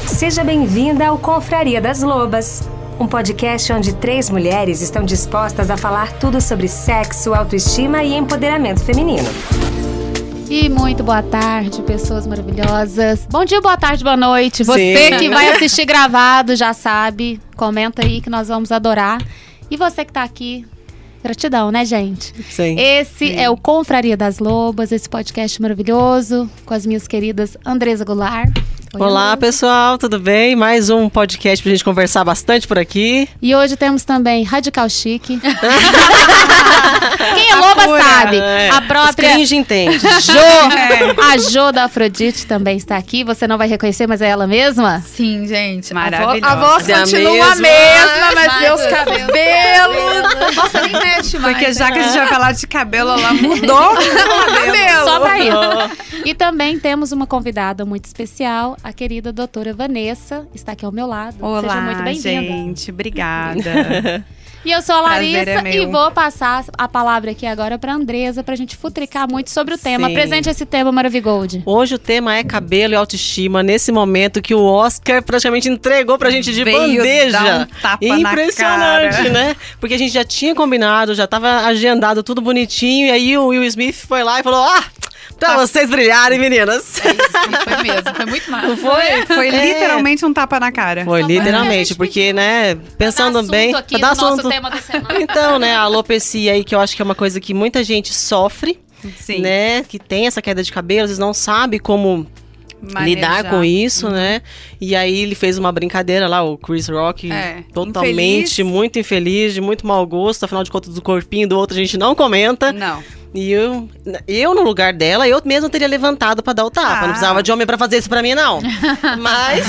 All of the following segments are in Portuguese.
Seja bem-vinda ao Confraria das Lobas, um podcast onde 3 mulheres estão dispostas a falar tudo sobre sexo, autoestima e empoderamento feminino. E muito boa tarde, pessoas maravilhosas. Bom dia, boa tarde, boa noite. Você que vai assistir gravado já sabe, comenta aí que nós vamos adorar. E você que tá aqui, gratidão, né, gente? Sim. Esse é o Confraria das Lobas, esse podcast maravilhoso com as minhas queridas Andresa Goulart. Oi, Olá, Andresa. pessoal, tudo bem? Mais um podcast pra gente conversar bastante por aqui. E hoje temos também Radical Chique. Quem é loba sabe. A própria Os cringe entende. A Jo da Afrodite também está aqui. Você não vai reconhecer, mas é ela mesma? Sim, gente. Maravilhosa. A voz É a continua a mesma. mesma, mas Ai, meus meu cabelos... Nossa, nem mexe mais. Porque já que a gente vai falar de cabelo, ela mudou o cabelo. Só pra isso. E também temos uma convidada muito especial, a querida doutora Vanessa, está aqui ao meu lado. Olá, Seja muito bem-vinda. gente. Obrigada. E eu sou a Prazer Larissa é meu. e vou passar a palavra aqui agora pra Andresa pra gente futricar muito sobre o tema. Sim. Apresente esse tema, Maravigold. Hoje o tema é cabelo e autoestima, nesse momento que o Oscar praticamente entregou pra gente de Veio bandeja. dar um tapa na Impressionante, cara. né? Porque a gente já tinha combinado, já tava agendado tudo bonitinho, e aí o Will Smith foi lá e falou, pra vocês brilharem, meninas. Foi mesmo, foi muito massa. Foi literalmente um tapa na cara. Foi, Só pra literalmente, gente porque, né, pensando Assunto bem... aqui pra no dar nosso assunto. tema da semana. Então, né, a alopecia aí, que eu acho que é uma coisa que muita gente sofre, Sim. né, que tem essa queda de cabelo, às vezes não sabe como lidar com isso, né, e aí ele fez uma brincadeira lá, o Chris Rock, totalmente infeliz. muito infeliz, de muito mau gosto, afinal de contas do corpinho do outro a gente não comenta, Não. e eu no lugar dela, eu mesma teria levantado pra dar o tapa, não precisava de homem pra fazer isso pra mim, não, mas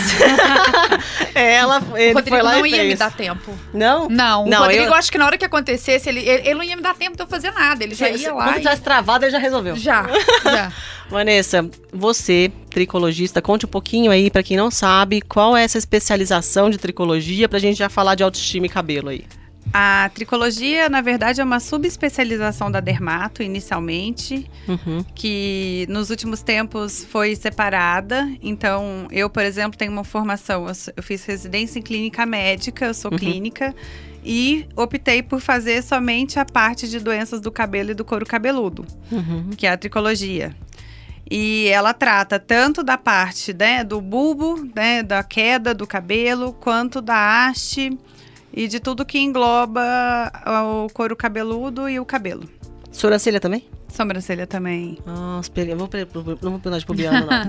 ele O Rodrigo foi lá não e ia fez. me dar tempo. Não? Não, o Não, Rodrigo, eu acho que na hora que acontecesse, ele não ia me dar tempo de eu fazer nada. Ele já ia lá Quando e... tivesse travado, ele já resolveu. Já. Vanessa, você, tricologista, conte um pouquinho aí, pra quem não sabe, qual é essa especialização de tricologia, pra gente já falar de autoestima e cabelo aí. A tricologia, na verdade, é uma subespecialização da dermato, inicialmente, que nos últimos tempos foi separada. Então, eu, por exemplo, tenho uma formação, eu fiz residência em clínica médica, eu sou clínica, e optei por fazer somente a parte de doenças do cabelo e do couro cabeludo, que é a tricologia. E ela trata tanto da parte, né, do bulbo, né, da queda do cabelo, quanto da haste e de tudo que engloba o couro cabeludo e o cabelo. Sobrancelha também? Sobrancelha também. Nossa, não vou perguntar de pubiano, não.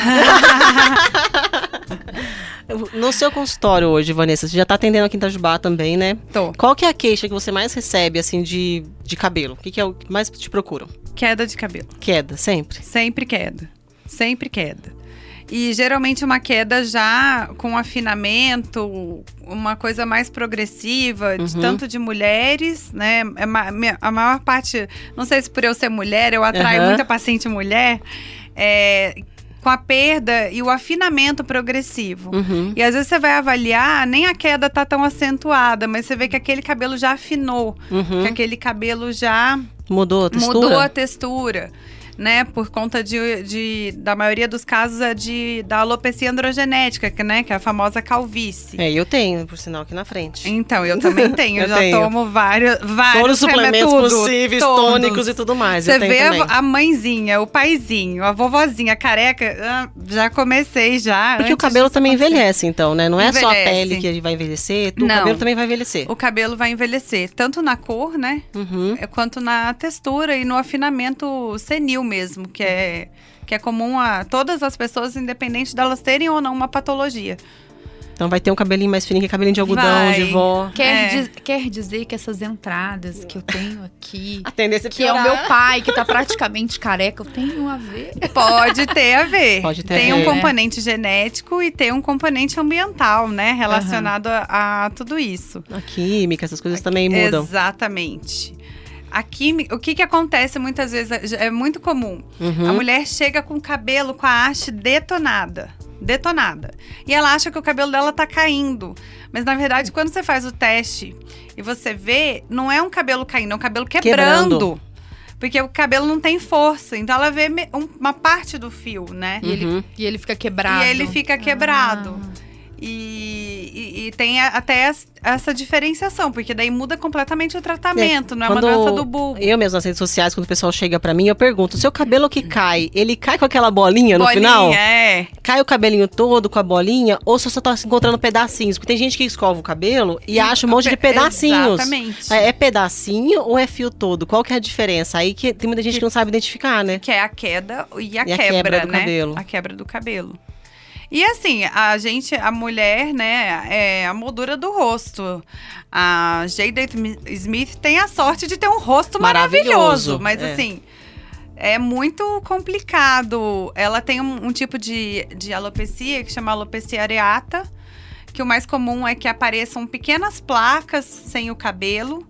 No seu consultório hoje, Vanessa, você já tá atendendo aqui em Itajubá também, né? Tô. Qual que é a queixa que você mais recebe, assim, de cabelo? O que é o que mais te procuram? Queda de cabelo. Queda, sempre? Sempre queda. Sempre queda. E geralmente uma queda já com afinamento, uma coisa mais progressiva, tanto de mulheres, né? A maior parte, não sei se por eu ser mulher, eu atraio muita paciente mulher, com a perda e o afinamento progressivo. E às vezes você vai avaliar, nem a queda tá tão acentuada, mas você vê que aquele cabelo já afinou, que aquele cabelo já Mudou a textura? mudou a textura. Né, por conta da maioria dos casos da alopecia androgenética, que é a famosa calvície. Eu tenho, por sinal, aqui na frente. Então, eu também tenho. Eu já tenho. tomo vários Todos os suplementos possíveis, todos. tônicos e tudo mais. Você eu tenho vê também. a mãezinha, o paizinho, a vovozinha, a careca, já comecei já. Porque o cabelo também envelhece, então, né? Não é só a Envelhece. pele que ele vai envelhecer, o Não. cabelo também vai envelhecer. O cabelo vai envelhecer, tanto na cor, né? Quanto na textura e no afinamento senil mesmo, que é comum a todas as pessoas, independente delas terem ou não uma patologia. Então vai ter um cabelinho mais fininho, que é cabelinho de algodão, Vai. de vó. Quer dizer que essas entradas que eu tenho aqui, A tendência é que é o piorar. meu pai, que tá praticamente careca, eu tenho a ver. Pode ter a ver. Pode ter tem a um ver. componente genético e tem um componente ambiental, né? Relacionado a tudo isso. A química, essas coisas também mudam. Exatamente. A química, o que acontece muitas vezes, é muito comum. A mulher chega com o cabelo, com a haste detonada. E ela acha que o cabelo dela tá caindo. Mas, na verdade, quando você faz o teste e você vê, não é um cabelo caindo, é um cabelo quebrando. Porque o cabelo não tem força. Então, ela vê uma parte do fio, né? E ele fica quebrado. E ele fica quebrado. E tem até essa diferenciação, porque daí muda completamente o tratamento, não é uma doença do bulbo. Eu mesmo nas redes sociais, quando o pessoal chega pra mim, eu pergunto, o seu cabelo que cai, ele cai com aquela bolinha no final? Cai o cabelinho todo com a bolinha, ou se você tá encontrando pedacinhos? Porque tem gente que escova o cabelo e acha um monte de pedacinhos. Exatamente. É pedacinho ou é fio todo? Qual que é a diferença? Aí que tem muita gente que não sabe identificar, né? Que é a queda e a quebra do né? cabelo. A quebra do cabelo. E assim, a mulher, né, é a moldura do rosto. A Jada Smith tem a sorte de ter um rosto maravilhoso. Mas assim, é muito complicado. Ela tem um tipo de alopecia que chama alopecia areata, que o mais comum é que apareçam pequenas placas sem o cabelo.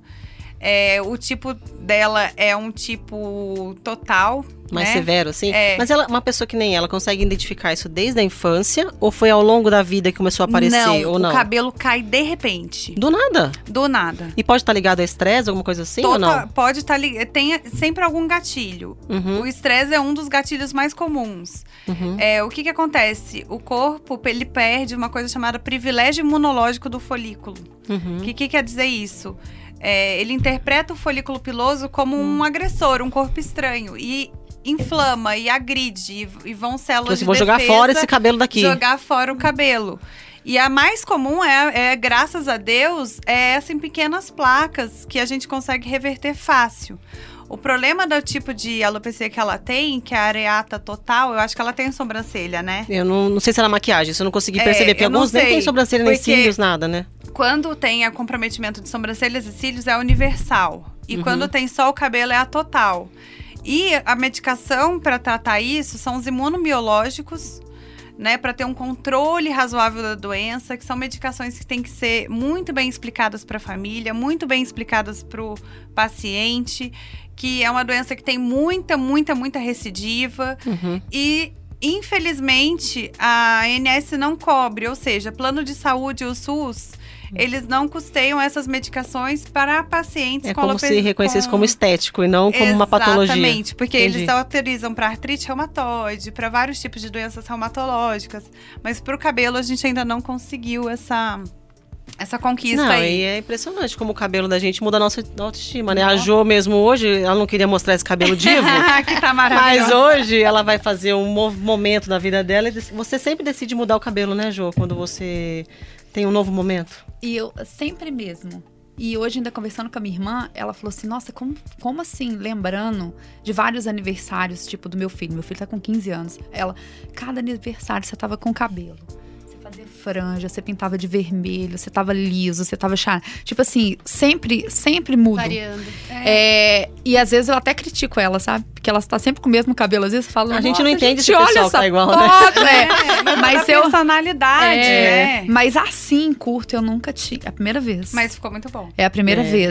O tipo dela é um tipo total, mais né? severo, assim? Mas uma pessoa que nem ela consegue identificar isso desde a infância? Ou foi ao longo da vida que começou a aparecer? Ou não? O cabelo cai de repente. Do nada? Do nada. E pode estar ligado a estresse, alguma coisa assim ou não? Pode estar ligado. Tem sempre algum gatilho. Uhum. O estresse é um dos gatilhos mais comuns. Uhum. O que acontece? O corpo, ele perde uma coisa chamada privilégio imunológico do folículo. Uhum. O que quer dizer isso? Ele interpreta o folículo piloso como um agressor, um corpo estranho. E inflama e agride. E vão células de vou defesa. Jogar fora esse cabelo daqui. Jogar fora o cabelo. E a mais comum graças a Deus, em pequenas placas que a gente consegue reverter fácil. O problema do tipo de alopecia que ela tem, que é a areata total, eu acho que ela tem sobrancelha, né? Eu não sei se era maquiagem, isso eu não consegui perceber. Porque alguns nem tem sobrancelha, nem cílios, nada, né? Quando tem comprometimento de sobrancelhas e cílios, é universal. E quando tem só o cabelo, é a total. E a medicação para tratar isso são os imunobiológicos, né, para ter um controle razoável da doença, que são medicações que têm que ser muito bem explicadas para a família, muito bem explicadas para o paciente, que é uma doença que tem muita recidiva. E, infelizmente, a ANS não cobre, ou seja, plano de saúde, o SUS, eles não custeiam essas medicações para pacientes com alopecia. É como se reconhecesse como estético e não como uma patologia. Exatamente, porque eles autorizam para artrite reumatoide, para vários tipos de doenças reumatológicas, mas para o cabelo a gente ainda não conseguiu essa conquista aí. E é impressionante como o cabelo da gente muda a nossa autoestima, né? A Jo mesmo hoje, ela não queria mostrar esse cabelo divo. Que tá maravilhoso. Mas hoje ela vai fazer um momento da vida dela e você sempre decide mudar o cabelo, né, Jo? Quando você tem um novo momento. E eu sempre mesmo. E hoje, ainda conversando com a minha irmã, ela falou assim, nossa, como assim, lembrando de vários aniversários, tipo, do meu filho tá com 15 anos. Ela, cada aniversário você tava com cabelo. Você fazia franja, você pintava de vermelho, você tava liso, você tava chato. Tipo assim, sempre muda. Variando. E às vezes eu até critico ela, sabe? Porque ela tá sempre com o mesmo cabelo. Às vezes fala, a gente não entende se o pessoal tá igual, né? Mas personalidade, Mas assim, curto, eu nunca tive. É a primeira vez. Mas ficou muito bom. É a primeira vez.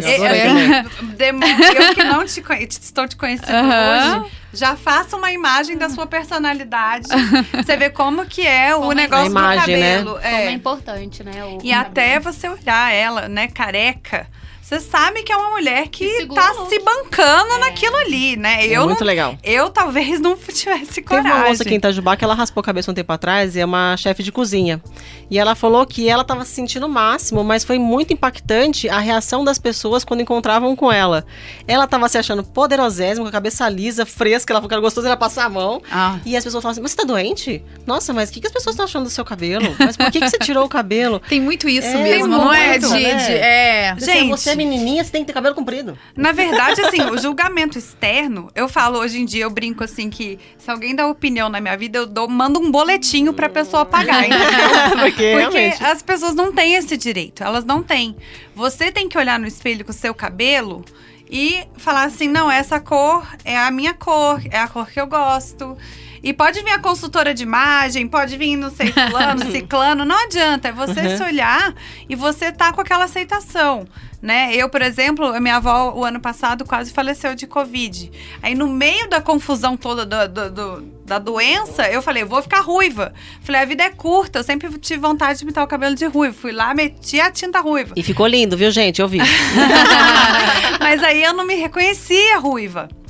Eu que não estou te conhecendo hoje, já faça uma imagem da sua personalidade. Você vê como que é o negócio do cabelo. Como é importante, né? E até você olhar ela, né, careca, você sabe que é uma mulher que tá se bancando naquilo ali, né? Muito legal. Eu talvez não tivesse coragem. Teve uma moça aqui em Itajubá que ela raspou a cabeça um tempo atrás e é uma chefe de cozinha. E ela falou que ela tava se sentindo o máximo, mas foi muito impactante a reação das pessoas quando encontravam com ela. Ela tava se achando poderosésima, com a cabeça lisa, fresca, ela falou que era gostoso, ela passar a mão. E as pessoas falavam assim, mas você tá doente? Nossa, mas o que as pessoas estão achando do seu cabelo? Mas por que você tirou o cabelo? Tem muito isso mesmo, não é? Gente, você é menininha, você tem que ter cabelo comprido. Na verdade, assim, o julgamento externo, eu falo hoje em dia, eu brinco assim que se alguém dá opinião na minha vida, eu mando um boletinho pra pessoa pagar, entendeu? Porque as pessoas não têm esse direito, elas não têm. Você tem que olhar no espelho com o seu cabelo e falar assim, não, essa cor é a minha cor, é a cor que eu gosto. E pode vir a consultora de imagem, pode vir, não sei, fulano, ciclano, não adianta. É você se olhar e você tá com aquela aceitação, né? Eu, por exemplo, a minha avó, o ano passado, quase faleceu de Covid. Aí, no meio da confusão toda da doença, eu falei, eu vou ficar ruiva. Falei, a vida é curta, eu sempre tive vontade de pintar o cabelo de ruivo. Fui lá, meti a tinta ruiva. E ficou lindo, viu, gente? Eu vi. Mas aí eu não me reconhecia ruiva.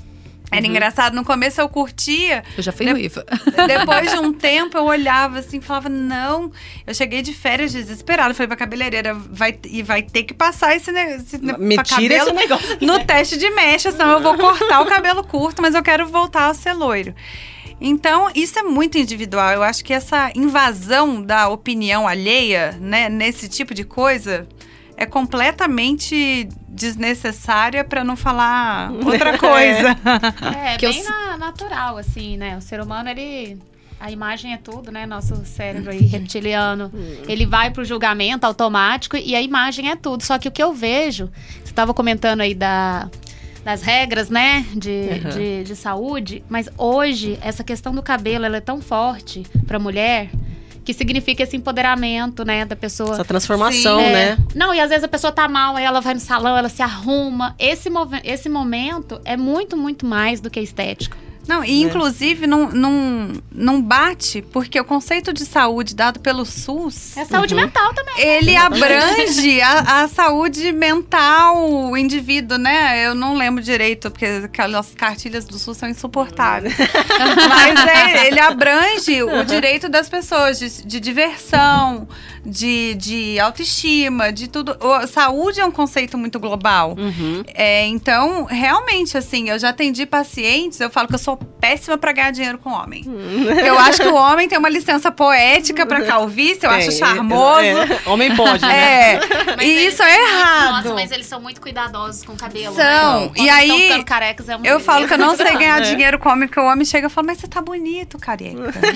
Era engraçado, no começo eu curtia. Eu já fui ruiva. Depois de um tempo eu olhava assim, falava, não. Eu cheguei de férias desesperada, falei pra cabeleireira, vai ter que passar Me tira esse negócio no teste de mecha, senão eu vou cortar o cabelo curto, mas eu quero voltar a ser loiro. Então, isso é muito individual. Eu acho que essa invasão da opinião alheia, né, nesse tipo de coisa, é completamente desnecessária, para não falar outra coisa. É bem natural, assim, né? O ser humano, a imagem é tudo, né? Nosso cérebro aí, reptiliano, ele vai pro julgamento automático e a imagem é tudo. Só que o que eu vejo, você estava comentando aí das regras, né, de saúde, mas hoje essa questão do cabelo, ela é tão forte pra mulher, que significa esse empoderamento, né, da pessoa. Essa transformação, né? Não, e às vezes a pessoa tá mal, aí ela vai no salão, ela se arruma. Esse momento é muito, muito mais do que estético. Não, e inclusive não bate, porque o conceito de saúde dado pelo SUS... É saúde mental também. Ele abrange a saúde mental, o indivíduo, né? Eu não lembro direito, porque aquelas cartilhas do SUS são insuportáveis. Mas ele abrange o direito das pessoas de diversão, de autoestima, de tudo. Saúde é um conceito muito global. Então, realmente, assim, eu já atendi pacientes, eu falo que eu sou péssima pra ganhar dinheiro com homem. Eu acho que o homem tem uma licença poética pra calvície, eu acho charmoso. Homem pode, né? E isso é errado. Nossa, mas eles são muito cuidadosos com o cabelo, são. né? E aí, estão ficando carecas, é um eu falo que eu não sei ganhar dinheiro com homem, porque o homem chega e fala, mas você tá bonito, careca. Tá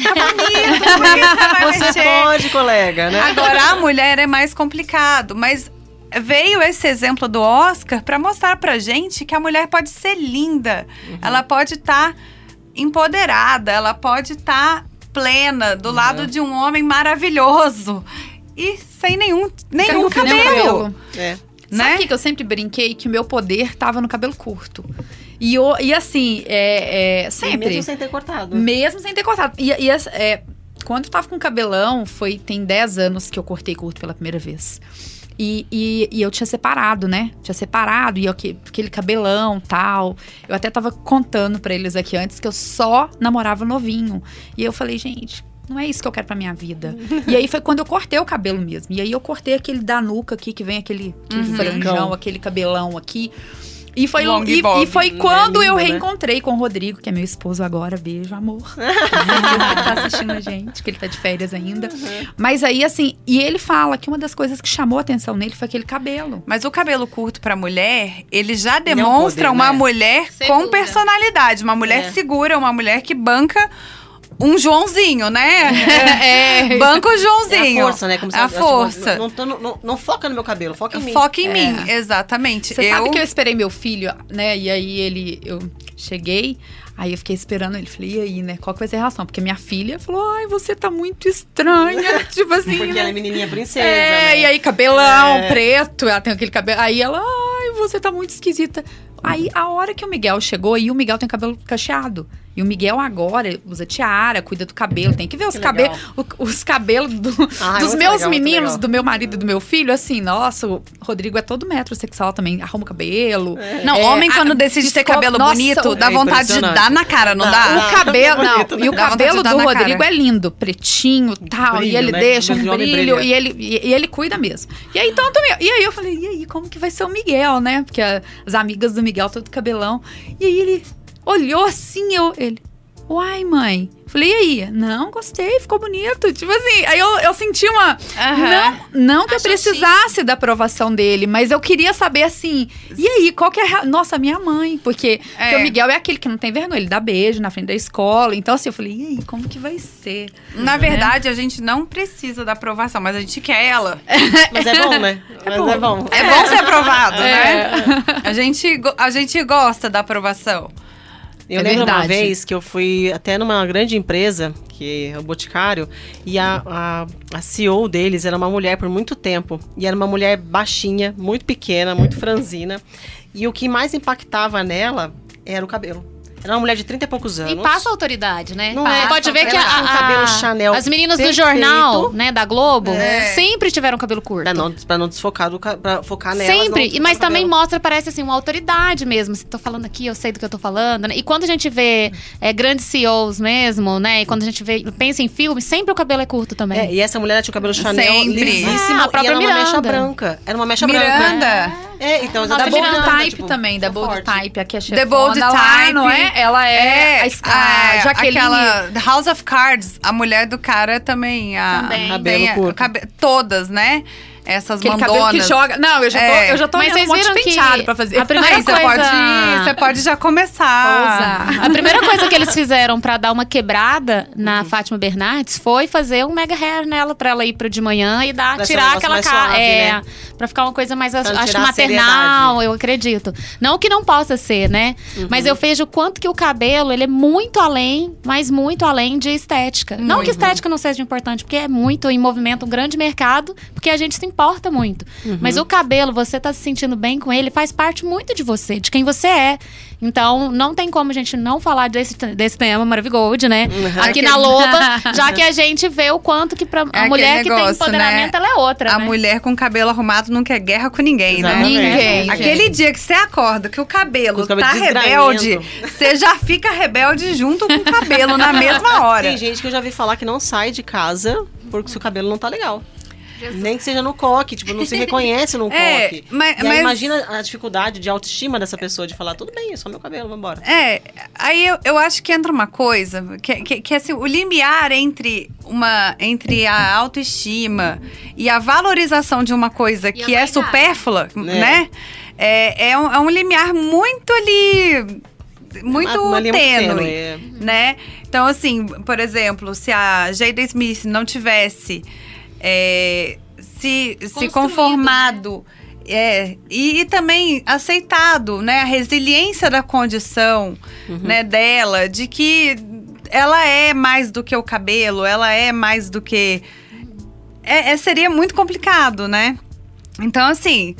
bonito, você pode, colega, né? Agora, a mulher é mais complicado, mas... Veio esse exemplo do Oscar para mostrar pra gente que a mulher pode ser linda. Ela pode estar empoderada, ela pode estar plena do lado de um homem maravilhoso e sem nenhum cabelo. Sabe o que eu sempre brinquei? Que o meu poder tava no cabelo curto. E assim, sempre. Mesmo sem ter cortado. Mesmo sem ter cortado. Quando eu tava com cabelão, tem 10 anos que eu cortei curto pela primeira vez. E eu tinha separado, né? E aquele cabelão e tal. Eu até tava contando pra eles aqui antes que eu só namorava novinho. E eu falei, gente, não é isso que eu quero pra minha vida. E aí foi quando eu cortei o cabelo mesmo. E aí eu cortei aquele da nuca aqui, que vem aquele franjão, aquele cabelão aqui. E foi quando eu reencontrei com o Rodrigo, que é meu esposo agora. Beijo, amor. Ele tá assistindo a gente, que ele tá de férias ainda. Mas aí, assim, e ele fala que uma das coisas que chamou a atenção nele foi aquele cabelo. Mas o cabelo curto pra mulher, ele já demonstra uma mulher segura, com personalidade. Uma mulher segura, uma mulher que banca um Joãozinho, né? Banca o Joãozinho. É a força, né? Como a força. Não foca no meu cabelo, foca em mim. Foca em mim, exatamente. Você sabe que eu esperei meu filho, né? E aí eu cheguei, aí eu fiquei esperando ele. Falei, e aí, né? Qual que vai ser a reação? Porque minha filha falou, ai, você tá muito estranha. Tipo assim, porque né? ela é menininha princesa, né? E aí cabelão preto, ela tem aquele cabelo. Aí ela, ai, você tá muito esquisita. Aí, a hora que o Miguel chegou, e o Miguel tem cabelo cacheado. E o Miguel agora usa tiara, cuida do cabelo. Tem que ver os cabelos dos meus meninos, do meu marido e do meu filho. Assim, nossa, o Rodrigo é todo metrosexual também. Arruma o cabelo. Não, homem quando decide ter cabelo bonito, dá vontade de dar na cara, não dá? O cabelo, não. Bonito, né? E o cabelo do Rodrigo é lindo. Pretinho e tal. Brilho, e ele né? deixa um brilho. Brilha. E ele cuida mesmo. E aí, então, também. E aí eu falei, e aí, como que vai ser o Miguel, né? Porque as amigas do Miguel, todo cabelão. E aí ele olhou assim, ele... Uai, mãe. Falei, e aí? Não, gostei, ficou bonito. Tipo assim, aí eu senti uma... Não que eu precisasse da aprovação dele, mas eu queria saber assim... E aí, qual que é a... Nossa, minha mãe. Porque o Miguel é aquele que não tem vergonha. Ele dá beijo na frente da escola. Então assim, eu falei, e aí, como que vai ser? Na verdade, a gente não precisa da aprovação, mas a gente quer ela. Mas é bom, né? É bom ser aprovado, né? A gente gosta da aprovação. Eu lembro uma vez que eu fui até numa grande empresa, que é o Boticário, e a CEO deles era uma mulher por muito tempo. E era uma mulher baixinha, muito pequena, muito franzina. E o que mais impactava nela era o cabelo. Era uma mulher de 30 e poucos anos. E passa autoridade, né? Não Você é, pode ver que ela tinha um cabelo Chanel as meninas do perfeito. jornal, né, da Globo, sempre tiveram cabelo curto. Pra não desfocar, pra focar nelas. Sempre, não mas também cabelo. mostra, parece assim, uma autoridade mesmo. Se tô falando aqui, eu sei do que eu tô falando, né? E quando a gente vê grandes CEOs mesmo, né? E quando a gente pensa em filme, sempre o cabelo é curto também. E essa mulher ela tinha o cabelo Chanel Sempre. lisíssimo A própria e era uma mecha Miranda. branca. Era uma mecha Miranda. branca. Então Nossa, Da exatamente. Bold Miranda, Type tipo, também, da Bold forte. Type, aqui a The Bold chefona lá, Type. não é? Ela é a Jaqueline. Aquela House of Cards, a mulher do cara também. Também. Cabelo curto. Todas, né? Essas Aquele mandonas. cabelo que joga. Não, eu já tô Mas olhando um vocês monte de viram que penteado pra fazer. a primeira Aí coisa- você pode já começar. Ousar. A primeira coisa que eles fizeram pra dar uma quebrada na Fátima Bernardes foi fazer um mega hair nela, pra ela ir pro de manhã e Pra ser um tirar negócio aquela mais cara. suave, né? Pra ficar uma coisa mais, não acho, tirar a maternal, seriedade. eu acredito. Não que não possa ser, né? Mas eu vejo o quanto que o cabelo, ele é muito além, mas muito além de estética. Não que estética não seja importante, porque é muito em movimento, um grande mercado, porque a gente se importa muito. Mas o cabelo, você tá se sentindo bem com ele, faz parte muito de você, de quem você é. Então, não tem como a gente não falar desse tema Maravigold, né? Aqui na Loba, já que a gente vê o quanto que pra a mulher que tem negócio, empoderamento, né? ela é outra, A né? mulher com cabelo arrumado não quer guerra com ninguém, né? Exatamente. Ninguém. Aquele dia que você acorda, que o cabelo Com os cabelos tá desgranhando. rebelde, você já fica rebelde junto com o cabelo na mesma hora. Tem gente que eu já vi falar que não sai de casa porque se o cabelo não tá legal. Nem que seja no coque, tipo, não se reconhece num coque. mas Imagina a dificuldade de autoestima dessa pessoa de falar, tudo bem, é só meu cabelo, vambora. Aí eu acho que entra uma coisa, que assim, o limiar entre a autoestima e a valorização de uma coisa que é vaidade. supérflua, né? É um limiar muito ali, muito Uma linha muito tênue, tênue, né? Então, assim, por exemplo, se a Jada Smith não tivesse se Construído, conformado e também aceitado, né, a resiliência da condição, né, dela, de que ela é mais do que o cabelo, ela é mais do que seria muito complicado, né? Então, assim,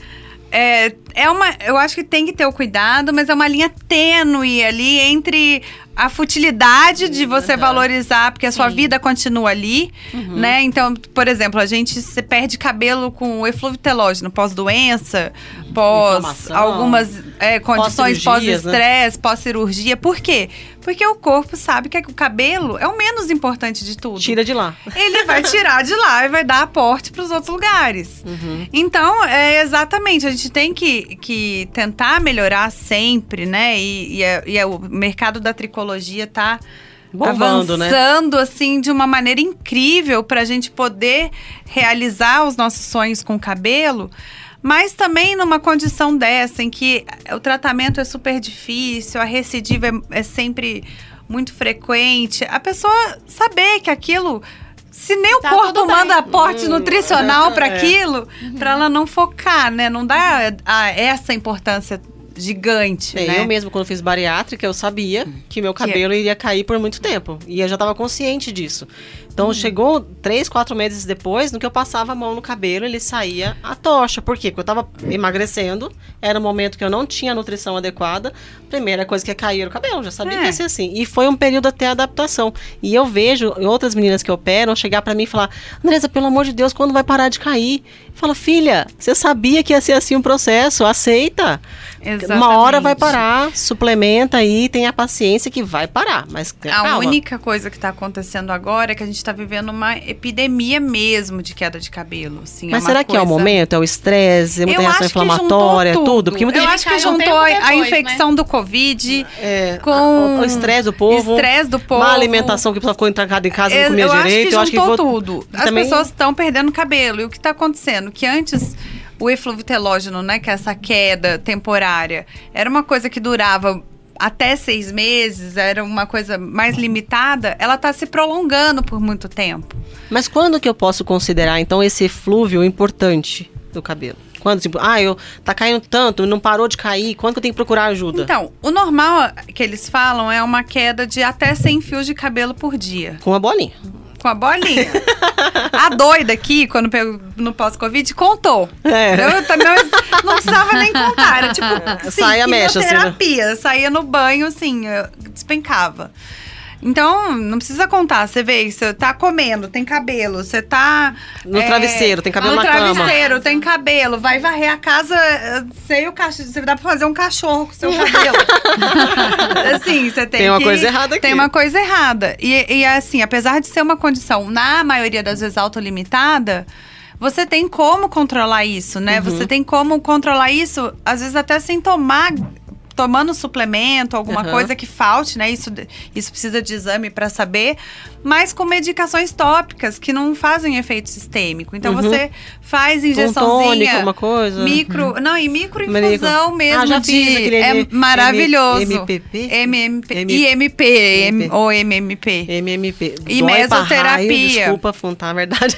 eu acho que tem que ter o cuidado, mas é uma linha tênue ali entre a futilidade de você valorizar, porque a sua vida continua ali, né? Então, por exemplo, se perde cabelo com efluvitelógeno, pós-doença, pós Inflamação, algumas condições pós-cirurgias, pós-estresse, pós-cirurgia. Por quê? Porque o corpo sabe que o cabelo é o menos importante de tudo. Tira de lá. Ele vai tirar de lá e vai dar aporte para os outros lugares. Então, exatamente, a gente tem que tentar melhorar sempre, né? E o mercado da tricologia tá Bombando, né? avançando, assim, de uma maneira incrível pra gente poder realizar os nossos sonhos com o cabelo. Mas também numa condição dessa, em que o tratamento é super difícil, a recidiva é sempre muito frequente. A pessoa saber que aquilo... Se nem o Tá corpo tudo bem. manda aporte nutricional para aquilo, para ela não focar, né? Não dá essa importância gigante, né? Eu mesmo, quando fiz bariátrica, eu sabia que meu cabelo iria cair por muito tempo. E eu já estava consciente disso. Então, chegou 3, 4 meses depois, no que eu passava a mão no cabelo, ele saía a tocha. Por quê? Porque eu estava emagrecendo, era um momento que eu não tinha a nutrição adequada. Primeira coisa que ia cair era o cabelo, já sabia que ia ser assim. E foi um período até a adaptação. E eu vejo outras meninas que operam chegar pra mim e falar: Andressa, pelo amor de Deus, quando vai parar de cair? Fala, filha, você sabia que ia ser assim um processo, aceita. Exatamente. Uma hora vai parar, suplementa aí, tenha paciência que vai parar, mas A única coisa que está acontecendo agora é que a gente está vivendo uma epidemia mesmo de queda de cabelo. Assim, mas será que é o momento? É o estresse, é muita reação inflamatória, tudo? Porque muita Eu gente acho que cai um juntou tempo a depois, infecção do Covid com o estresse do povo, má alimentação, que a pessoa ficou trancada em casa e não comia direito. Eu acho que juntou tudo. As também... pessoas estão perdendo cabelo. E o que está acontecendo? Que antes o efluvitelógeno, né, que é essa queda temporária, era uma coisa que durava até 6 meses, era uma coisa mais limitada, ela está se prolongando por muito tempo. Mas quando que eu posso considerar, então, esse eflúvio importante do cabelo? Quando, tipo, tá caindo tanto, não parou de cair, quando que eu tenho que procurar ajuda? Então, o normal que eles falam é uma queda de até 100 fios de cabelo por dia. Com a bolinha. Com a bolinha. A doida aqui, quando pegou no pós-Covid, contou. Eu também não precisava nem contar. Era tipo, sai a mecha, quimioterapia. Saía no banho, assim, despencava. Então, não precisa contar. Você vê, você tá comendo, tem cabelo. Você tá... No travesseiro, tem cabelo na cama. No travesseiro, tem cabelo. Vai varrer a casa, sei o cachorro. Você dá pra fazer um cachorro com seu cabelo. Assim, você tem uma coisa errada aqui. Tem uma coisa errada. E assim, apesar de ser uma condição, na maioria das vezes, autolimitada, você tem como controlar isso, né? Você tem como controlar isso, às vezes até sem tomando suplemento, alguma coisa que falte, né? Isso precisa de exame para saber, mas com medicações tópicas que não fazem efeito sistêmico. Então você faz injeçãozinha, alguma coisa. Microinfusão mesmo. Já fiz aquele é maravilhoso. MPP? IMP ou MMP. MMP. E Dói mesoterapia. Pra raio, desculpa, tá, verdade.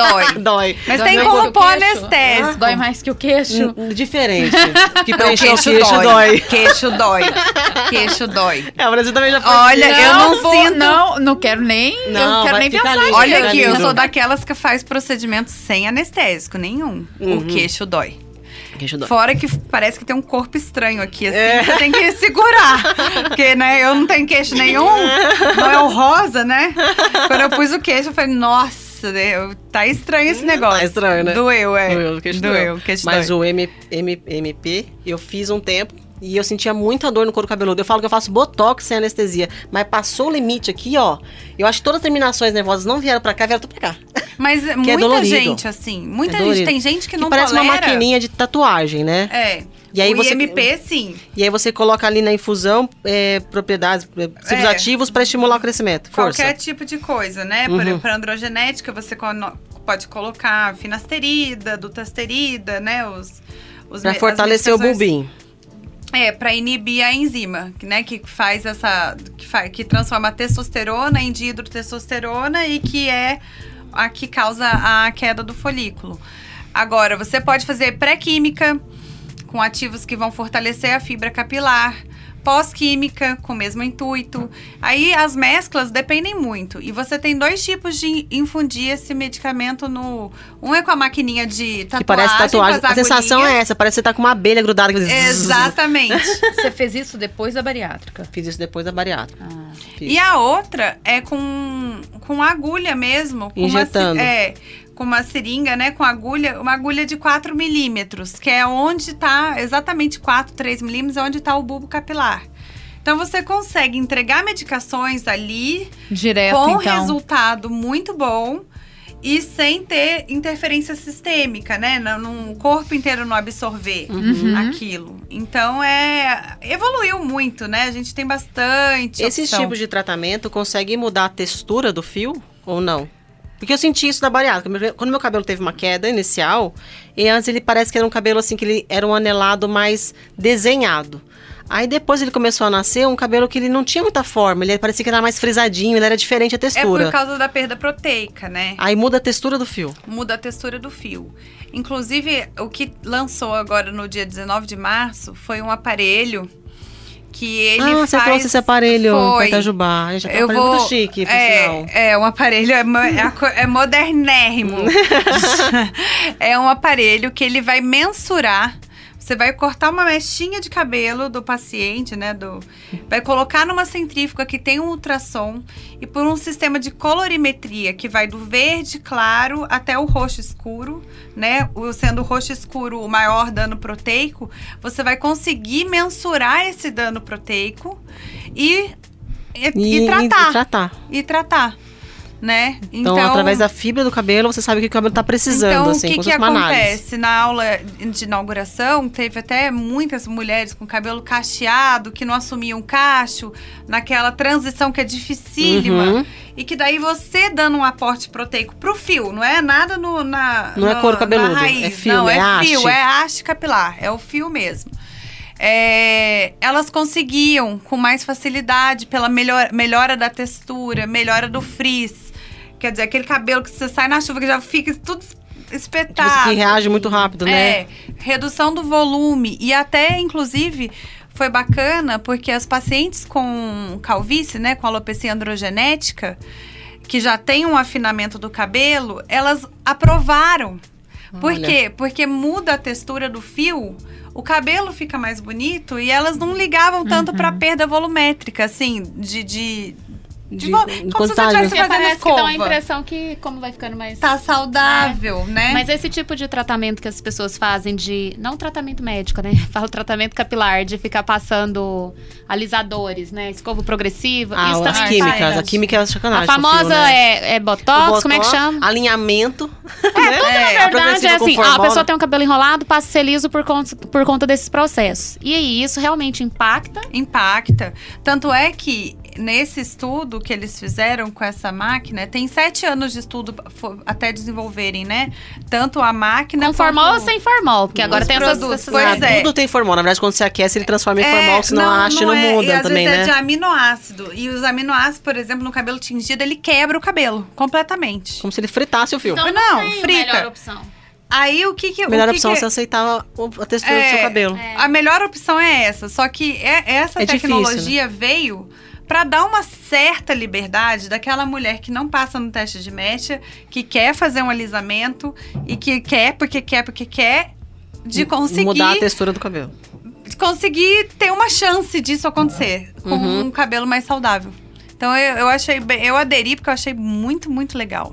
Dói. Mas Dói tem mais como que o pôr queixo. anestésico. Dói mais que o queixo. Diferente. Que Não, preencher o queixo dói. Queixo dói. Queixo dói. O Brasil também já foi. Olha, eu não sinto. Não quero nem. Não, eu quero vai nem ficar pensar. lindo. Olha Fica aqui, eu lindo. sou daquelas que faz procedimento sem anestésico nenhum. O queixo dói. Queixo dói. Fora que parece que tem um corpo estranho aqui, assim, você tem que segurar. Porque, né, eu não tenho queixo nenhum, não é o rosa, né? Quando eu pus o queixo, eu falei, nossa, tá estranho esse negócio. Tá estranho, né? Doeu, Doeu, o queixo doeu. queixo Mas dói. o MP, eu fiz um tempo e eu sentia muita dor no couro cabeludo. Eu falo que eu faço botox sem anestesia, mas passou o limite aqui, ó. Eu acho que todas as terminações nervosas não vieram pra cá, vieram tudo pra cá. Mas muita dolorido. gente, assim, muita É gente, dolorido. tem gente que não parece tolera. uma maquininha de tatuagem, né? É. E aí o você- IMP, sim. E aí você coloca ali na infusão propriedades, princípios ativos pra estimular o crescimento. Força. Qualquer tipo de coisa, né? Para androgenética, você pode colocar finasterida, dutasterida, né? Pra fortalecer o bulbinho. Para inibir a enzima, né? Que faz que transforma a testosterona em dihidrotestosterona e que é a que causa a queda do folículo. Agora, você pode fazer pré-química com ativos que vão fortalecer a fibra capilar, pós-química com o mesmo intuito. Aí as mesclas dependem muito. E você tem 2 tipos de infundir esse medicamento no... Um é com a maquininha de tatuagem. Que parece tatuagem. com as A sensação agulhinhas. é essa, parece que você tá com uma abelha grudada. Exatamente. Você fez isso depois da bariátrica. Fiz isso depois da bariátrica. Fiz. E a outra é com agulha mesmo. Com Injetando. Com uma seringa, né? Com agulha, uma agulha de 4 milímetros, que é onde tá, exatamente 4, 3 milímetros, é onde tá o bulbo capilar. Então, você consegue entregar medicações ali Direto, com então. resultado muito bom e sem ter interferência sistêmica, né? No corpo inteiro não absorver aquilo. Então, evoluiu muito, né? A gente tem bastante Esses opção. tipos de tratamento conseguem mudar a textura do fio ou não? Porque eu senti isso da bariátrica. Quando meu cabelo teve uma queda inicial, e antes ele parece que era um cabelo assim, que ele era um anelado mais desenhado. Aí depois ele começou a nascer um cabelo que ele não tinha muita forma, ele parecia que era mais frisadinho, ele era diferente a É textura. por causa da perda proteica, né? Aí muda a textura do fio. Muda a textura do fio. Inclusive, o que lançou agora no dia 19 de março foi um aparelho que ele faz... você trouxe esse aparelho pra Foi. Itajubá. A gente tem um aparelho muito chique, por sinal. Um aparelho, é modernérrimo. É um aparelho que ele vai mensurar. Você vai cortar uma mechinha de cabelo do paciente, né? Vai colocar numa centrífuga que tem um ultrassom e por um sistema de colorimetria que vai do verde claro até o roxo escuro, né? Sendo o roxo escuro o maior dano proteico, você vai conseguir mensurar esse dano proteico e tratar. E tratar. Né? Então, através da fibra do cabelo, você sabe o que o cabelo tá precisando, então, assim, o que uma análise. acontece? Na aula de inauguração, teve até muitas mulheres com cabelo cacheado, que não assumiam cacho, naquela transição que é dificílima. E que daí você dando um aporte proteico pro fio, não é nada não é couro cabeludo, na raiz, é fio, não, é haste. fio, é haste capilar, é o fio mesmo. Elas conseguiam com mais facilidade pela melhora da textura, melhora do frizz. Quer dizer, aquele cabelo que você sai na chuva que já fica tudo espetado. Tipo, que reage muito rápido, né? Redução do volume. E até, inclusive, foi bacana porque as pacientes com calvície, né, com alopecia androgenética, que já tem um afinamento do cabelo, elas aprovaram. Por quê? Porque muda a textura do fio, o cabelo fica mais bonito e elas não ligavam tanto pra perda volumétrica, assim, como se você estivesse fazendo parece escova. que dá uma impressão que, como vai ficando mais... Tá saudável, né? Mas esse tipo de tratamento que as pessoas fazem não tratamento médico, né? Falo tratamento capilar, de ficar passando alisadores, né? Escova progressiva. Isso as também químicas. faz. A química é sacanagem. A famosa fio, né? é botox, como é que chama? Alinhamento. Na verdade, é assim, a pessoa tem tem um cabelo enrolado, passa a ser liso por conta desses processos. E aí, isso realmente impacta? Impacta. Tanto é que nesse estudo que eles fizeram com essa máquina, tem 7 anos de estudo até desenvolverem, né? Tanto a máquina... Com formol ou sem formol? Porque agora tem essas... Pois é. Tudo tem formol. Na verdade, quando você aquece, ele transforma em formol, senão a haste não muda e às também, vezes né? É de aminoácido. E os aminoácidos, por exemplo, no cabelo tingido, ele quebra o cabelo completamente. Como se ele fritasse o fio. Então não tem frita. melhor opção. Aí o que A melhor opção é você aceitar a textura do seu cabelo. A melhor opção é essa. Só que essa tecnologia difícil, né? veio para dar uma certa liberdade daquela mulher que não passa no teste de mecha, que quer fazer um alisamento e que quer, porque quer, de conseguir... Mudar a textura do cabelo. De conseguir ter uma chance disso acontecer com um cabelo mais saudável. Então eu aderi porque eu achei muito, muito legal.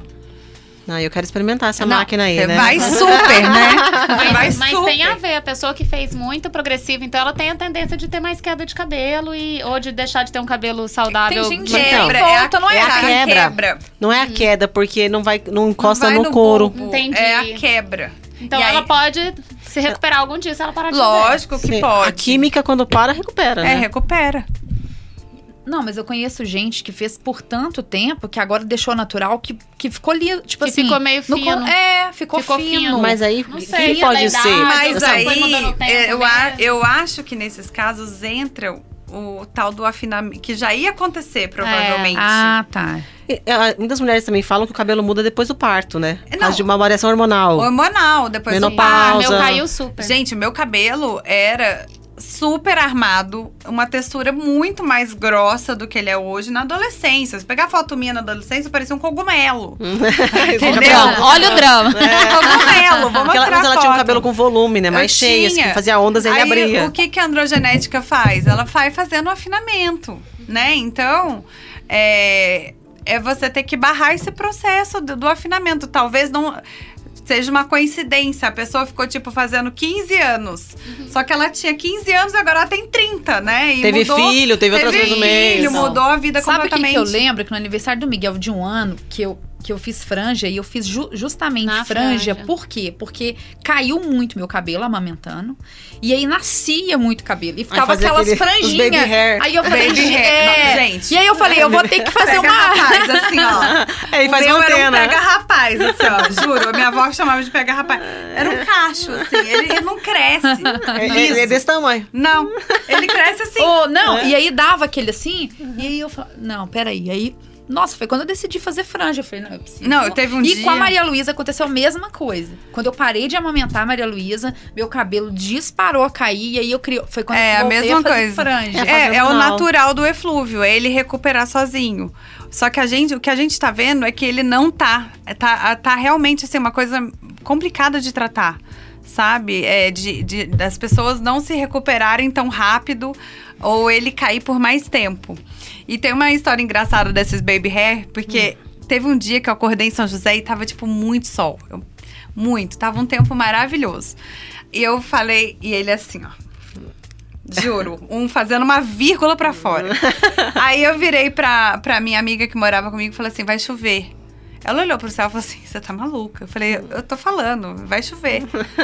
Eu quero experimentar essa máquina aí, né? Vai super, né? Mas tem a ver, a pessoa que fez muito progressivo, então ela tem a tendência de ter mais queda de cabelo ou de deixar de ter um cabelo saudável. Tem gente Quebra, volta, não é a quebra. Não é a queda, porque não encosta no couro. Bulbo. Entendi. É a quebra. Então E ela aí- pode se recuperar algum dia se ela parar de Lógico que Sim. pode. A química, quando para, recupera, né? Recupera. Não, mas eu conheço gente que fez por tanto tempo que agora deixou natural que ficou ali, tipo Que assim... ficou meio no fino. Ficou Ficou fino. fino. Mas aí, Não sei, quem pode da idade, ser? Mas Essa aí, foi mudando o tempo mesmo. eu acho que nesses casos entra o tal do afinamento, que já ia acontecer, provavelmente. Ah, tá. Muitas mulheres também falam que o cabelo muda depois do parto, né? Por Não. causa de uma variação hormonal. Hormonal, depois do Menopausa. parto. Meu caiu super. Gente, o meu cabelo era super armado, uma textura muito mais grossa do que ele é hoje na adolescência. Se pegar foto minha na adolescência, parecia um cogumelo. Entendeu? Olha o drama. Cogumelo, vou Porque mostrar ela tinha um foto. cabelo com volume, né? Mais cheio, assim, que fazia ondas e ele Aí, abria. o que a androgenética faz? Ela vai fazendo um afinamento, né? Então, é você ter que barrar esse processo do afinamento. Talvez não seja uma coincidência. A pessoa ficou, tipo, fazendo 15 anos. Só que ela tinha 15 anos e agora ela tem 30, né? E Teve mudou, filho, teve outras coisas no meio. filho, mudou a vida Sabe o que completamente. eu lembro? Que no aniversário do Miguel de 1 ano, que eu fiz franja, e eu fiz justamente Na franja. franja. Por quê? Porque caiu muito meu cabelo amamentando. E aí nascia muito cabelo. E ficava fazia aquelas os baby franjinhas. hair. Aí eu falei, Baby hair. Não, gente. E aí eu falei, eu vou ter que fazer Pega rapaz, assim, ó. Aí O faz meu era um antena. pega-rapaz, assim, ó. Juro, a minha avó chamava de pega-rapaz. Era um cacho, assim. Ele não cresce. Ele é desse tamanho. Não, ele cresce assim. E aí dava aquele assim. E aí eu falei, não, peraí. Aí, nossa, foi quando eu decidi fazer franja. Eu falei, não, eu preciso. Não, teve um e dia... com a Maria Luísa aconteceu a mesma coisa. Quando eu parei de amamentar a Maria Luísa, meu cabelo disparou a cair. E aí eu criei. Foi quando eu a voltei mesma a fazer coisa. franja. É o natural do eflúvio, é ele recuperar sozinho. Só que o que a gente tá vendo é que ele não tá. Tá realmente, assim, uma coisa complicada de tratar. Sabe? Das pessoas não se recuperarem tão rápido ou ele cair por mais tempo. E tem uma história engraçada desses baby hair, porque teve um dia que eu acordei em São José e tava, tipo, muito sol. Tava um tempo maravilhoso. E eu falei, e ele assim, ó. Juro, fazendo uma vírgula pra fora. Aí eu virei pra minha amiga que morava comigo e falei assim, vai chover. Ela olhou pro céu e falou assim, você tá maluca? Eu falei, eu tô falando, vai chover.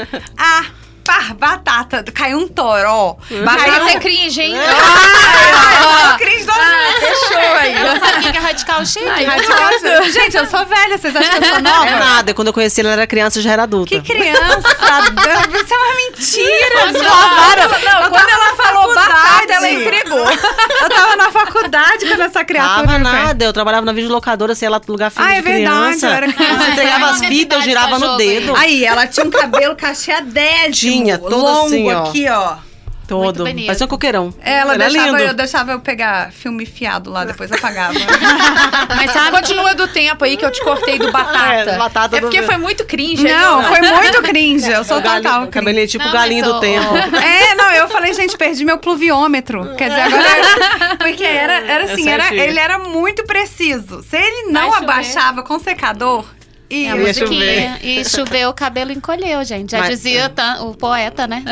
Batata, caiu um toró. Batata é cringe, hein? Cringe Fechou aí. Nossa amiga radical cheia. Gente, eu sou velha, vocês acham que eu sou nova? É nada. Quando eu conheci ela era criança, já era adulta. Que criança! Isso é uma mentira! Não, quando ela falou batata, ela entregou. Eu tava na faculdade quando essa criatura... Tava nada. Eu trabalhava na videolocadora, sei lá, lugar filho de verdade, criança. eu era criança. Você entregava as Ai, fitas, eu girava no jogo dedo. Aí, ela tinha um cabelo cacheadésimo. Tinha, todo longo assim, ó. aqui, ó. Todo. bonito. Parece um coqueirão. Ela Era lindo. eu deixava eu pegar filme fiado lá, depois apagava. Mas sabe, continua do tempo aí que eu te cortei do Batata. Batata É porque do- foi muito cringe. Não, foi muito cringe. Eu sou O galinho- total o cabelinho tipo Não, galinho mas do o- tempo. Não, eu falei, gente, perdi meu pluviômetro. Quer dizer, agora. Porque era assim, certinho. ele era muito preciso. Se ele não Vai chover. abaixava com secador. É a Ia musiquinha. E choveu, o cabelo encolheu, gente. Já Mas- dizia o poeta, né?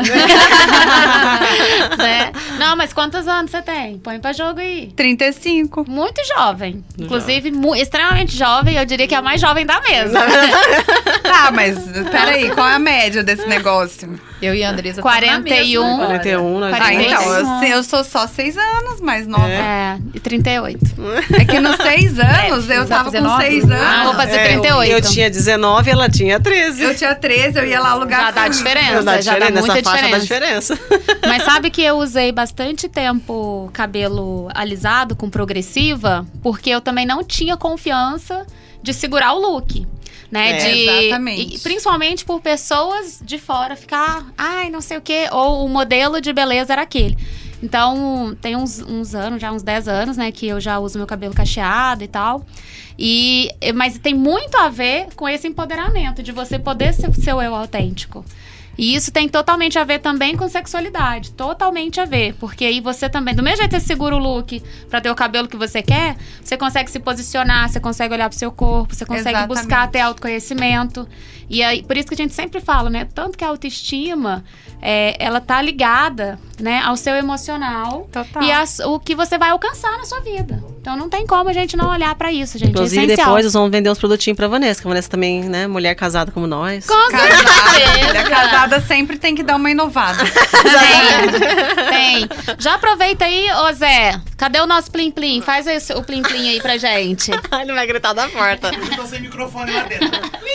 Né? Não, mas quantos anos você tem? Põe pra jogo aí. 35. Muito jovem. Inclusive, extremamente jovem. Eu diria que é a mais jovem da mesa. Tá, mas peraí, qual é a média desse negócio? Eu e a Andressa 41. 41, nós Ah, então, Isso. eu sou só 6 anos mais nova. E 38. É que nos 6 anos, eu você vai tava fazer com 9? 6 anos. Vou fazer 38. Eu tinha 19 e ela tinha 13. Eu tinha 13, eu ia lá alugar Já dá filme. diferença. Já dá nessa muita faixa da diferença. diferença. Mas sabe que eu usei bastante tempo cabelo alisado com progressiva, porque eu também não tinha confiança de segurar o look. Né, exatamente. E principalmente por pessoas de fora ficar, ai, não sei o quê, ou o modelo de beleza era aquele. Então, tem uns anos, já uns 10 anos, né, que eu já uso meu cabelo cacheado e tal. Mas tem muito a ver com esse empoderamento, de você poder ser seu eu autêntico. E isso tem totalmente a ver também com sexualidade. Totalmente a ver. Porque aí você também, do mesmo jeito que você segura o look pra ter o cabelo que você quer, você consegue se posicionar, você consegue olhar pro seu corpo, você consegue Exatamente. buscar ter autoconhecimento. E aí, por isso que a gente sempre fala, né? Tanto que a autoestima, ela tá ligada, né, ao seu emocional. Total. E o que você vai alcançar na sua vida. Então não tem como a gente não olhar pra isso, gente. Inclusive, é essencial. depois nós vamos vender uns produtinhos pra Vanessa, que a Vanessa também, né, mulher casada como nós. Com certeza. Mulher casada sempre tem que dar uma inovada. Tem. Já aproveita aí, ô Zé. Cadê o nosso Plim Plim? Faz o Plim Plim aí pra gente. Ele vai gritar da porta. Eu tô sem microfone lá dentro.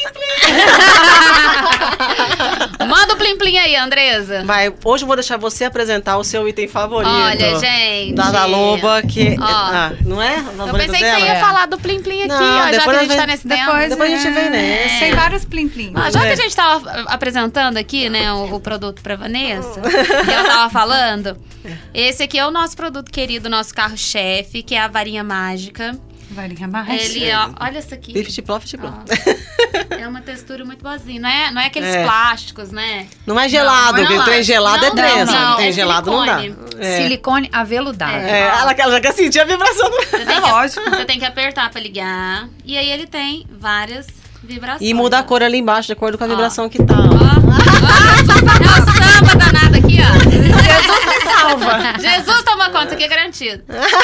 Manda o Plim Plim aí, Andresa. Vai, hoje eu vou deixar você apresentar o seu item favorito. Olha, gente. Da Loba, que... Ó. não é? Eu pensei que você ia falar do Plim Plim aqui, Não, ó, já que depois a gente nós tá vem- nesse tema. Depois a gente vem nesse. Tem vários plim-plim. Já que a gente tava apresentando aqui, né, o produto pra Vanessa, que ela tava falando, esse aqui é o nosso produto querido, nosso carro-chefe, que é a varinha mágica. Varinha mágica. Ele, ó, olha isso aqui. Fifty-pló. Ó, é uma textura muito boazinha. Não é aqueles plásticos, né? Não é gelado, Não, porque não trem gelado é não, três. não, Tem é gelado não dá. silicone. Silicone aveludado. Ela já quer sentir a vibração. Você tem que, lógico. Você tem que apertar pra ligar. E aí ele tem várias vibrações. E muda a ó. cor ali embaixo, de acordo com a Ó. vibração que tá. Ó, é o samba danado aqui, ó. Jesus me salva. Jesus toma conta, isso aqui é garantido.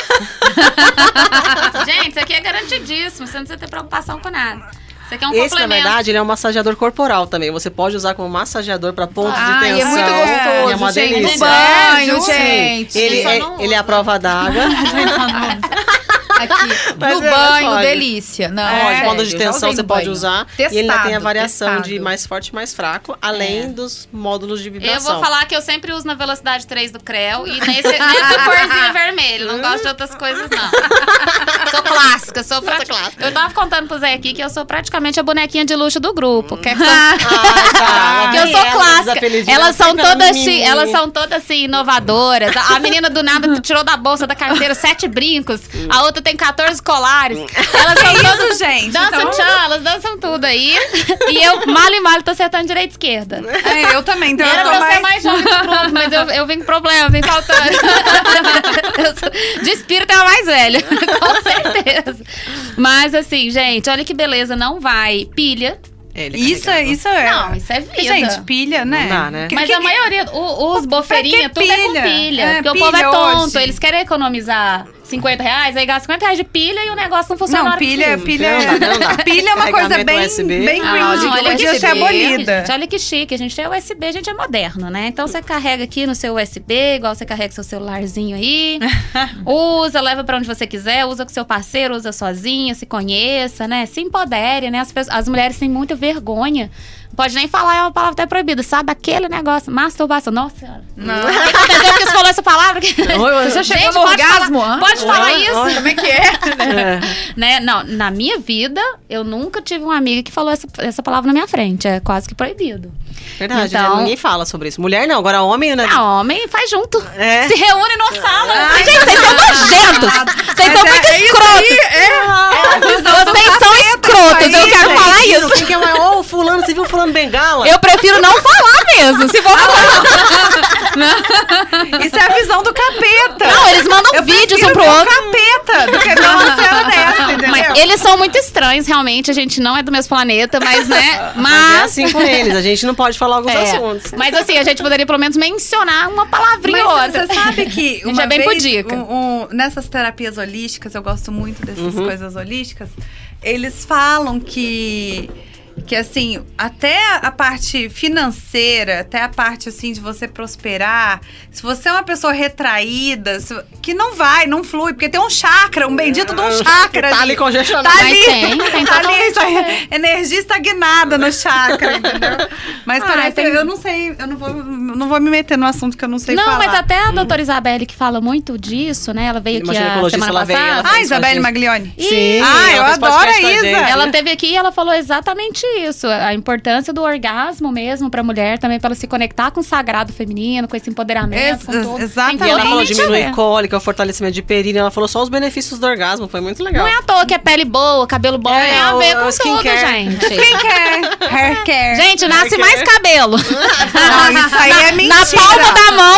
Gente, isso aqui é garantidíssimo, você não precisa ter preocupação com nada. Isso aqui é um Esse, na complemento. verdade, ele é um massageador corporal também. Você pode usar como massageador para pontos de Ah, tensão. e é muito gostoso, É uma gente. delícia. No banho, Sim. gente. Ele, Só é, não ele é a usa. prova d'água. Aqui, Mas no é, banho, pode. delícia. Não, Pode, sério, ponto de já tensão usei você no pode banho. usar. Testado, e ele ainda tem a variação testado. de mais forte e mais fraco, além dos módulos de vibração. Eu vou falar que eu sempre uso na velocidade 3 do Creu e nessa corzinha vermelha. Não gosto de outras coisas, não. Sou clássica, sou clássica. Eu tava contando pro Zé aqui que eu sou praticamente a bonequinha de luxo do grupo. Que, Tá. que eu sou clássica. Elas são Fica todas mimimi. elas são todas assim, inovadoras. A menina do nada tirou da bolsa da carteira 7 brincos, a outra tem 14 colares. Elas são Que todas isso, gente? dançam Então- tchan, elas dançam tudo aí. E eu, mal e mal, tô acertando direita e esquerda. Eu também, então Era eu pra tô eu ser mais... mais jovem do grupo, mas eu vim com problema, vim faltando. De espírito é a mais velha, com certeza. Mas assim, gente, olha que beleza, não vai pilha. Isso é... Não, isso é vida. Gente, pilha, né? Não dá, né? Mas a maioria, os bofeirinhos, tudo é com pilha? pilha. É, Porque o povo é pilha tonto, hoje. eles querem economizar R$50, aí gasta R$50 de pilha e o negócio não funciona. na Não, hora que pilha, precisa. Não dá. pilha é uma coisa Carregamento bem, USB. bem Ah, cringe, que olha podia que ser chique, abolida. gente, olha que chique, a gente é USB, a gente é moderno, né? Então você carrega aqui no seu USB, igual você carrega seu celularzinho aí. Usa, leva pra onde você quiser, usa com seu parceiro, usa sozinha, se conheça, né? Se empodere, né? As mulheres têm muita vergonha Pode nem falar, é uma palavra até proibida. Sabe aquele negócio? Masturbação. Nossa senhora. Não. O que aconteceu que você falou essa palavra? Você já chegou Gente, no pode orgasmo? falar, pode falar isso? Como é que é? Né? Não, na minha vida, eu nunca tive uma amiga que falou essa palavra na minha frente. É quase que proibido. Verdade, Então- ninguém fala sobre isso. Mulher não, agora homem, né? Homem faz junto. É. Se reúne no sala. Gente, vocês são nojentos. Vocês são muito escrotos. Vocês são escrotos. Eu quero falar isso. Quem que é maior? Ô, fulano, você viu fulano bengala? Eu prefiro não falar mesmo. Se for falar. Isso é a visão do capeta. Não, eles mandam vídeos um pro outro. Capeta do que uma cena dessa, entendeu? Mas eles são muito estranhos, realmente. A gente não é do mesmo planeta, mas, né? Mas é assim com eles, a gente não pode falar alguns É. assuntos. Mas assim, a gente poderia pelo menos mencionar uma palavrinha ou Mas outra. você sabe que A gente uma é bem vez, pudica. nessas terapias holísticas, eu gosto muito dessas coisas holísticas, eles falam que assim, até a parte financeira, até a parte assim de você prosperar, se você é uma pessoa retraída, que não flui, porque tem um chakra, um bendito de um chakra Tá ali congestionado. Tá Mas ali, tem tá totalmente. ali, energia estagnada no chakra, entendeu? Mas parece, tem- eu não sei, eu não vou me meter no assunto que eu não sei Não, falar. mas até a doutora Isabelle, que fala muito disso, né? Ela veio aqui a Ginecologista, semana ela veio, passada. ela Ah, Isabelle Isso. Maglione. Sim, Ah, eu ela fez adoro podcast a com Isa. gente. Ela teve aqui e ela falou exatamente isso. A importância do orgasmo mesmo pra mulher, também pra ela se conectar com o sagrado feminino, com esse empoderamento, com tudo. Exatamente. Tem E ela falou totalmente a diminuir ver. cólica, fortalecimento de períneo. Ela falou só os benefícios do orgasmo. Foi muito legal. Não é à toa que é pele boa, cabelo bom, É, tem a ver o com tudo, skincare. gente. Quem quer? Hair care. Gente, nasce mais cabelo. Não, isso aí é mentira. Na palma da mão.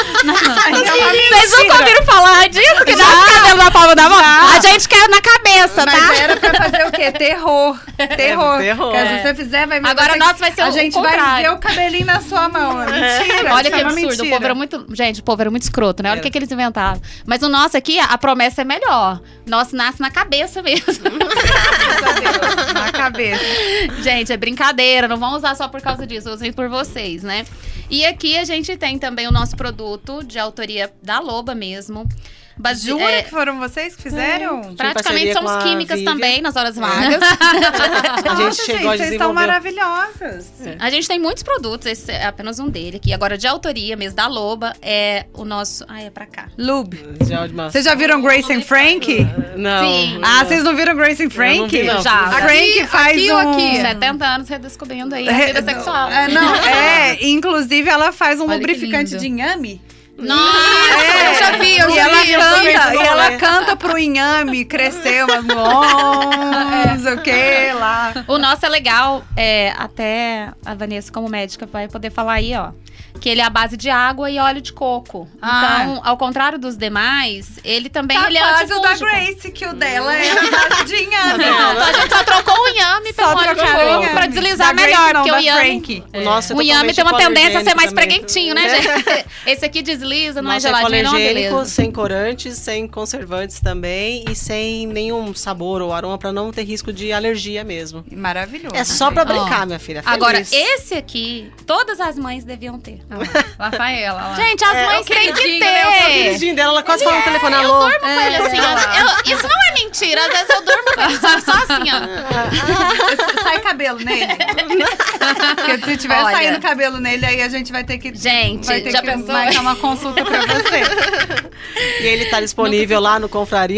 Vocês nunca ouviram falar disso? Que nasce cabelo na palma da mão? A gente quer na cabeça, Mas tá? era pra fazer o quê? Terror. Terror. terror. Porque se você fizer, vai Agora ter nosso que- vai ser A o gente contrário. vai ver o cabelinho na sua mão. Mentira. Olha isso que é uma absurdo, mentira. o povo era muito... Gente, o povo era muito escroto, né? Olha o que eles inventaram. Mas o nosso aqui, a promessa é melhor. Nosso nasce na cabeça mesmo. Graças a Deus, na cabeça. Gente, é brincadeira, não vão usar só por causa disso, usem por vocês, né? E aqui a gente tem também o nosso produto de autoria da Loba mesmo. Jura que foram vocês que fizeram? Praticamente parceria somos com a químicas Vivian. também nas horas vagas. A gente Nossa, chegou a vocês estão desenvolver. maravilhosas. A gente tem muitos produtos, esse é apenas um dele aqui. Agora, de autoria mesmo, da Loba, é o nosso... Ai, é pra cá. Lube. Vocês Vocês já viram Grace and Frank? Não. Sim. Ah, vocês não viram Grace and Frank? Eu não vi, não. Já. A Frank faz aqui ou um... aqui? 70 anos redescobrindo aí a vida sexual. Inclusive ela faz um Olha que lubrificante lindo. de inhame. Nossa, eu já vi, eu E já ela vi. canta, vi. e ela canta pro inhame crescer, mas não sei o que lá. O nosso é legal, até a Vanessa, como médica, vai poder falar aí, ó. Que ele é a base de água e óleo de coco. Ah. Então, ao contrário dos demais, ele também Tá ele é quase o da antifúngico. Grace, que o dela é a base de inhame. Não, então a gente só trocou o inhame pelo Só óleo de trocou o coco inhame. pra deslizar Da Grace melhor, não, porque o da inhame... Frank. O nosso é O inhame tem uma totalmente tendência a ser mais hipoalergênico preguentinho, né, gente? Esse aqui desliza, não é Nosso é geladinho, não, hipoalergênico, beleza. sem corantes, sem conservantes também e sem nenhum sabor ou aroma pra não ter risco de alergia mesmo. Maravilhoso. É só pra Ó, brincar, minha filha. Feliz. Agora, esse aqui, todas as mães deviam ter. Rafaela lá. Gente, as mães têm que O ter. queridinho dela, ela quase falou no telefone, Eu alô. durmo com ele assim, ó. Isso não é mentira. Às vezes eu durmo com ele só assim, ó. Sai cabelo nele. Porque se tiver Olha. saindo cabelo nele, aí a gente vai ter que... Gente, vai ter já que pensou? marcar uma consulta pra você. E ele tá disponível lá no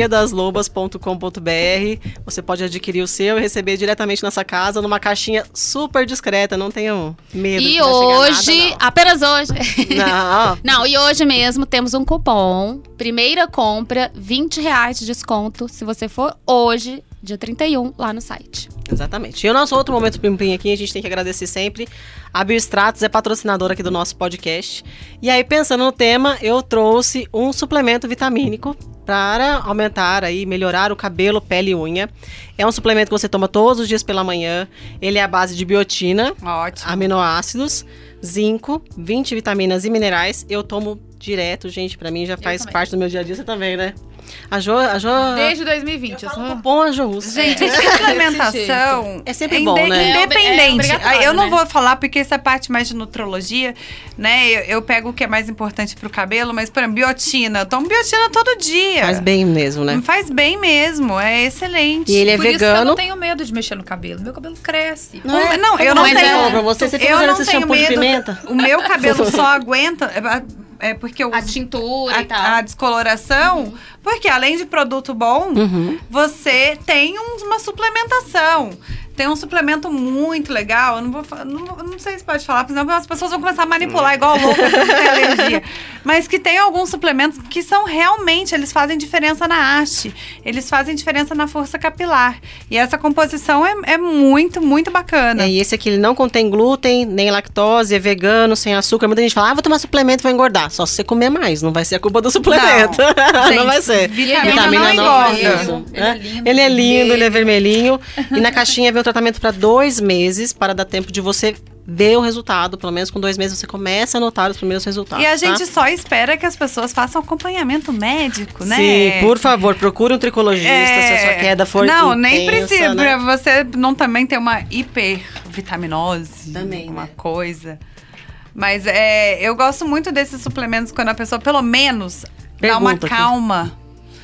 confrariadaslobas.com.br. Você pode adquirir o seu e receber diretamente na sua casa, numa caixinha super discreta. Não tenham medo. E que não vai chegar hoje, nada, apenas hoje. não. Não, e hoje mesmo temos um cupom. Primeira compra, R$20 de desconto. Se você for hoje, dia 31, lá no site. Exatamente. E o nosso outro momento pim-pim aqui, a gente tem que agradecer sempre. A Biostratos é patrocinadora aqui do nosso podcast. E aí, pensando no tema, eu trouxe um suplemento vitamínico para aumentar aí, melhorar o cabelo, pele e unha. É um suplemento que você toma todos os dias pela manhã. Ele é à base de biotina, Ótimo. aminoácidos, zinco, 20 vitaminas e minerais. Eu tomo direto, gente, pra mim já faz também. parte do meu dia a dia, você também, né? A Jo... Desde 2020. Eu sou... Cupom a Jo usa. Gente, suplementação é sempre bom, né? Independente. Eu não né? vou falar porque essa é a parte mais de nutrologia, né? Eu pego o que é mais importante pro cabelo, mas, por exemplo, biotina. Eu tomo biotina todo dia. Faz bem mesmo, né? Faz bem mesmo, é excelente. E ele é Por isso que eu vegano. não tenho medo de mexer no cabelo. Meu cabelo cresce. Não, eu não Mas tenho. pra você fica eu usando não esse tenho shampoo de medo. pimenta? O meu cabelo só aguenta. É porque eu A uso tintura e tal. a descoloração, porque além de produto bom, você tem uma suplementação. Tem um suplemento muito legal, eu não sei se pode falar, porque senão as pessoas vão começar a manipular igual loucas, se tem alergia. Mas que tem alguns suplementos que são realmente, eles fazem diferença na haste, eles fazem diferença na força capilar. E essa composição é muito, muito bacana. E esse aqui, ele não contém glúten, nem lactose, é vegano, sem açúcar. Muita gente fala, vou tomar suplemento e vou engordar. Só se você comer mais, não vai ser a culpa do suplemento. Não vai ser. Vitamina não engorda. Ele é lindo, ele é vermelhinho. E na caixinha vem o tratamento para 2 meses, para dar tempo de você ver o resultado. Pelo menos com 2 meses você começa a notar os primeiros resultados. E a gente só espera que as pessoas façam acompanhamento médico, né? Sim, por favor, procure um tricologista se a sua queda for Não, intensa, nem precisa, né? você não também ter uma hipervitaminose, Também, uma né? coisa. Mas eu gosto muito desses suplementos quando a pessoa, pelo menos, dá uma Pergunta aqui. calma,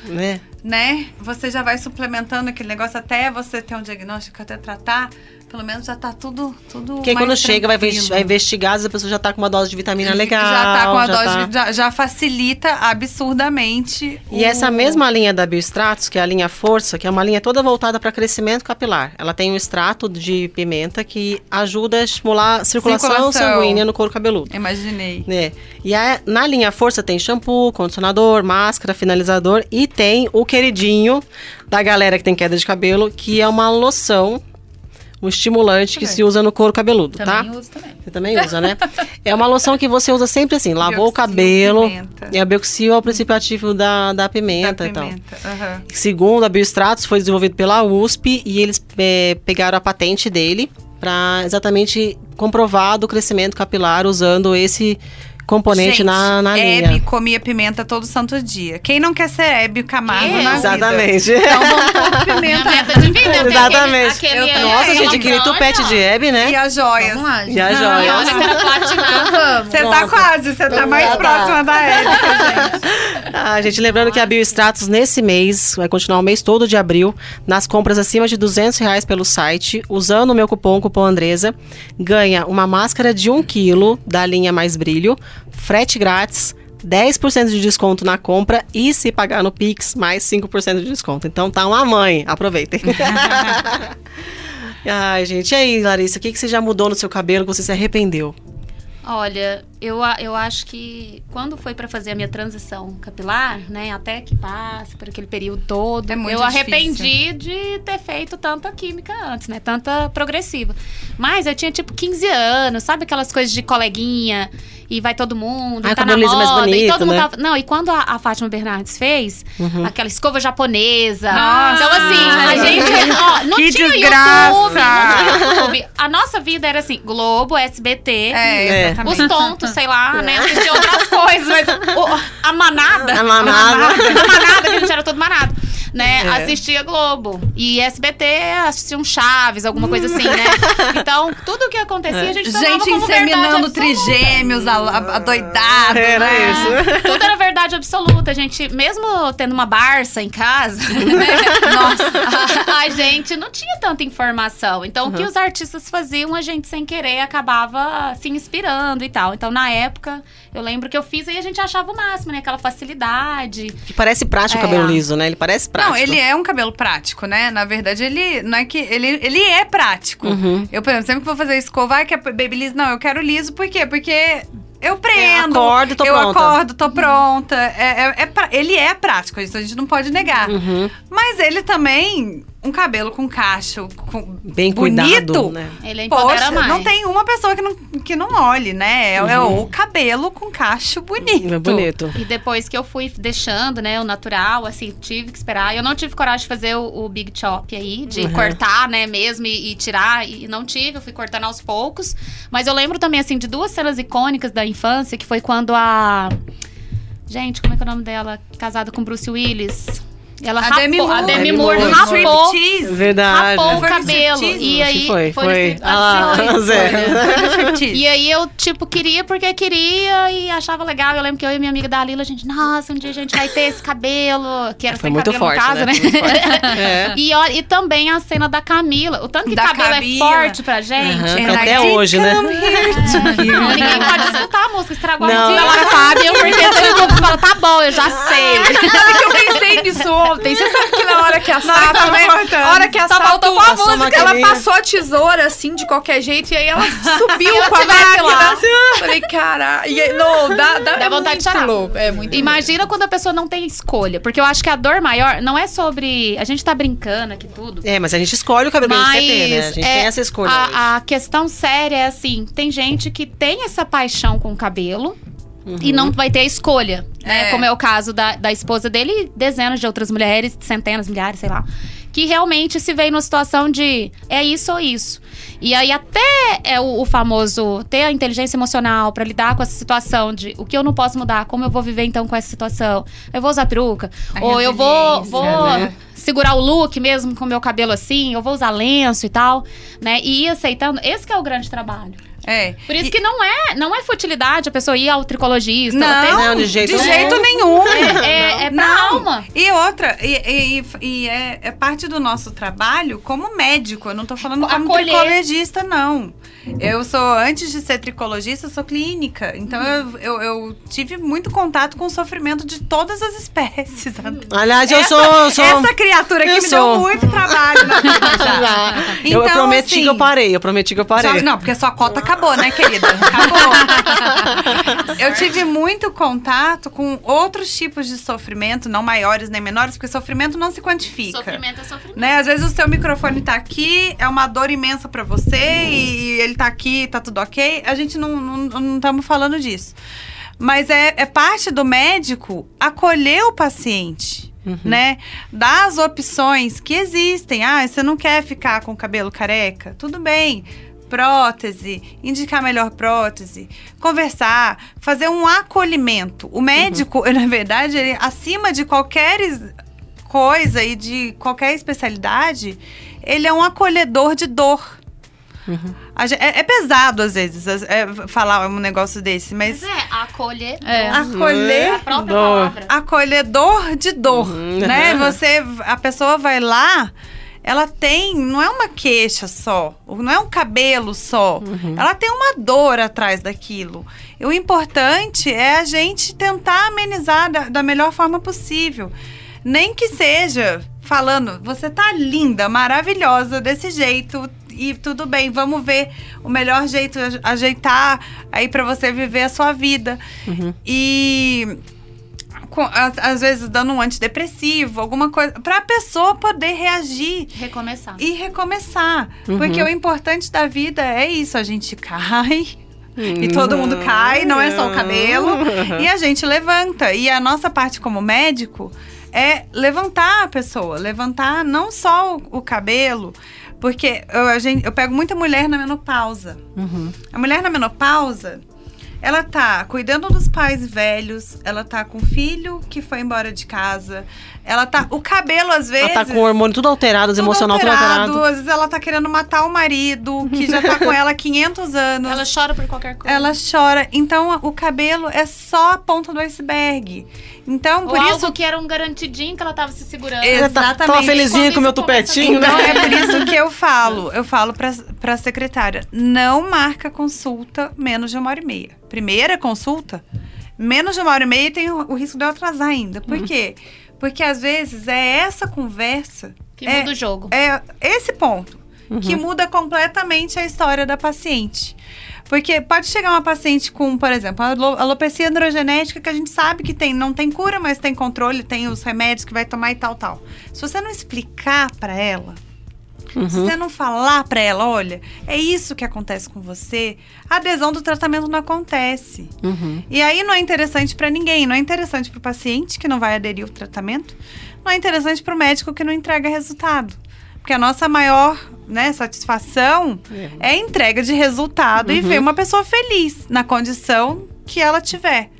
Né? Você já vai suplementando aquele negócio até você ter um diagnóstico, até tratar. Pelo menos já tá tudo Porque quando mais chega, vai tranquilo. investigar, a pessoa já tá com uma dose de vitamina legal. Já tá com a tá... dose, já facilita absurdamente. E essa mesma linha da Biostratos, que é a linha Força, que é uma linha toda voltada para crescimento capilar. Ela tem um extrato de pimenta que ajuda a estimular a circulação sanguínea no couro cabeludo. Imaginei. É. E na linha Força tem shampoo, condicionador, máscara, finalizador e tem o queridinho da galera que tem queda de cabelo, que é uma loção, um estimulante que se usa no couro cabeludo, Também tá? uso também. Você também usa, né? É uma loção que você usa sempre assim, lavou o Bioxil, cabelo. pimenta. E a Bioxil é o princípio ativo da pimenta e tal. Aham. Segundo a Biostratos, foi desenvolvido pela USP e eles pegaram a patente dele para exatamente comprovar do crescimento capilar usando esse componente Gente, na linha. Hebe comia pimenta todo santo dia. Quem não quer ser Hebe Camargo na vida? Exatamente. Então vamos pôr Minha pimenta. meta de vida. Exatamente. Nossa, gente, aquele tupete de Hebe, né? E as joias. Vamos lá, gente. E as joias. Olha que era platinar. Vamos. Você tá quase, você tá mais tá. próxima da Hebe que a gente. Gente, lembrando que a Biostratos nesse mês, vai continuar o mês todo de abril, nas compras acima de R$200 pelo site, usando o meu cupom Andresa, ganha uma máscara de 1 kg da linha Mais Brilho, frete grátis, 10% de desconto na compra e se pagar no Pix, mais 5% de desconto. Então tá uma mãe, aproveitem. Ai, gente, e aí, Larissa, o que você já mudou no seu cabelo que você se arrependeu? Olha, eu acho que quando foi pra fazer a minha transição capilar, né, até que passe por aquele período todo, É muito eu arrependi de ter feito tanta química antes, né, tanta progressiva. Mas eu tinha tipo 15 anos, sabe aquelas coisas de coleguinha e vai todo mundo, Ah, tá na cabelo liso mais moda, e bonito, todo mundo né? tava... Não, e quando a Fátima Bernardes fez, aquela escova japonesa, Nossa! então assim, a gente, ó, não Que tinha desgraça! YouTube, não tinha YouTube. A nossa vida era assim, Globo, SBT, Exatamente. os tontos, sei lá, né? Assistir outras coisas, mas a manada. A manada. A manada, que a gente era todo manado. Né? É. Assistia Globo. E SBT assistia um Chaves, alguma coisa assim, né? Então, tudo o que acontecia, a gente tomava Gente como inseminando verdade absoluta. trigêmeos, adoidado, Era né? isso. Tudo era verdade absoluta. A gente, mesmo tendo uma Barça em casa, né? Nossa, a gente não tinha tanta informação. Então, o que os artistas faziam, a gente, sem querer, acabava se inspirando e tal. Então, na época, eu lembro que eu fiz e a gente achava o máximo, né? Aquela facilidade. Que parece prático o cabelo liso, né? Ele parece prático. Não, ele é um cabelo prático, né? Na verdade, ele não é que... Ele é prático. Eu, por exemplo, sempre que vou fazer escova, que é babyliss, não, eu quero liso. Por quê? Porque... Eu prendo, acordo, tô pronta. acordo, tô pronta. Ele é prático, isso a gente não pode negar. Mas ele também, um cabelo com cacho, bem bonito, cuidado, né? Ele empodera poxa, mais. não tem uma pessoa que não olhe, né? É o cabelo com cacho bonito. É bonito. E depois que eu fui deixando, né, o natural, assim, tive que esperar. Eu não tive coragem de fazer o Big Chop aí, de cortar, né, mesmo, e tirar. E não tive, eu fui cortando aos poucos. Mas eu lembro também, assim, de 2 cenas icônicas da infância, que foi quando Gente, como é que é o nome dela? Casada com Bruce Willis. Ela A Demi Moore. a Demi Moore rapou. Verdade. Rapou o Foi no cabelo. striptease? E aí Foi. E aí eu, tipo, queria porque queria e achava legal. Eu lembro que eu e minha amiga Dalila, a gente, nossa, um dia a gente vai ter esse cabelo. Que era Foi sem muito cabelo forte, no caso, né? Muito forte. É. E também a cena da Camila. O tanto que Da cabelo Camila. é forte pra gente. Aham, até hoje, né? Não, ninguém pode escutar a música, estragou a Não. música da Fábio, porque todo mundo fala, tá bom, eu já sei. Sabe que eu pensei nisso ontem? Você sabe que na hora que a Sato, né? A hora que a Só Sato faltou com a Passou música. ela maquininha. passou a tesoura assim de qualquer jeito e aí ela subiu eu com a tivesse máquina. lá. Falei, cara, e aí, não, dá Dá vontade de chorar. louco. É muito Imagina quando a pessoa não tem escolha. Porque eu acho que a dor maior não é sobre... A gente tá brincando aqui tudo. É, mas a gente escolhe o cabelo que a gente quer ter, né? A gente tem essa escolha hoje. A questão séria é assim, tem gente que tem essa paixão com o cabelo e não vai ter a escolha, né? É. Como é o caso da esposa dele e dezenas de outras mulheres, centenas, milhares, sei lá. Que realmente se veio numa situação de é isso ou isso. E aí até é o famoso ter a inteligência emocional pra lidar com essa situação de o que eu não posso mudar, como eu vou viver então com essa situação. Eu vou usar peruca, A ou eu vou resiliência, segurar o look mesmo com o meu cabelo assim, eu vou usar lenço e tal, né? E ir aceitando, esse que é o grande trabalho. É. Por isso que não é futilidade a pessoa ir ao tricologista. Não, de jeito nenhum. É pra Não. alma. E outra, é parte do nosso trabalho como médico. Eu não tô falando como Acolher. tricologista, não. Eu sou, antes de ser tricologista, eu sou clínica. Então eu tive muito contato com o sofrimento de todas as espécies. Aliás, eu sou... Essa criatura aqui eu me sou. deu muito trabalho na vida já. Eu Então, prometi assim, que eu parei. não, porque sua cota acabou, né, querida? Acabou. Eu tive muito contato com outros tipos de sofrimento, não maiores nem menores, porque sofrimento não se quantifica. Sofrimento é sofrimento. Né? Às vezes o seu microfone tá aqui, é uma dor imensa pra você e ele tá aqui, tá tudo ok. A gente não estamos falando disso. Mas é parte do médico acolher o paciente. Né? Dar as opções que existem. Ah, você não quer ficar com o cabelo careca? Tudo bem. Prótese, indicar melhor prótese, conversar, fazer um acolhimento. O médico, na verdade, ele, acima de qualquer coisa e de qualquer especialidade, ele é um acolhedor de dor. É pesado, às vezes, falar um negócio desse, mas... acolher. Acolher... A própria palavra. Acolhedor de dor, né? A pessoa vai lá... Ela tem, não é uma queixa só, não é um cabelo só. Ela tem uma dor atrás daquilo. E o importante é a gente tentar amenizar da melhor forma possível. Nem que seja falando, você tá linda, maravilhosa desse jeito e tudo bem, vamos ver o melhor jeito, ajeitar aí pra você viver a sua vida. E... às vezes dando um antidepressivo, alguma coisa, pra pessoa poder reagir. Recomeçar. E recomeçar. Porque o importante da vida é isso, a gente cai, e todo mundo cai, não é só o cabelo, e a gente levanta. E a nossa parte como médico é levantar a pessoa, levantar não só o cabelo, porque eu pego muita mulher na menopausa. A mulher na menopausa... Ela tá cuidando dos pais velhos, ela tá com o filho que foi embora de casa, ela tá... O cabelo, às vezes... Ela tá com o hormônio tudo alterado, tudo emocional tudo alterado. Às vezes ela tá querendo matar o marido, que já tá com ela há 500 anos. Ela chora por qualquer coisa. Ela chora. Então, o cabelo é só a ponta do iceberg. Então, por isso... algo que era um garantidinho que ela tava se segurando. Exatamente. Tava felizinha com o meu tupetinho, Então, né? é por isso que eu falo pra secretária, não marca consulta menos de 1h30. Primeira consulta, menos de 1h30 e tem o risco de eu atrasar ainda. Por quê? Porque às vezes é essa conversa... Que muda o jogo. É esse ponto que muda completamente a história da paciente. Porque pode chegar uma paciente com, por exemplo, a alopecia androgenética, que a gente sabe que não tem cura, mas tem controle, tem os remédios que vai tomar e tal. Se você não explicar pra ela, se você não falar pra ela, olha, é isso que acontece com você, a adesão do tratamento não acontece. E aí não é interessante pra ninguém, não é interessante pro paciente que não vai aderir ao tratamento, não é interessante pro médico que não entrega resultado. Porque a nossa maior, né, satisfação é a entrega de resultado e ver uma pessoa feliz na condição que ela tiver.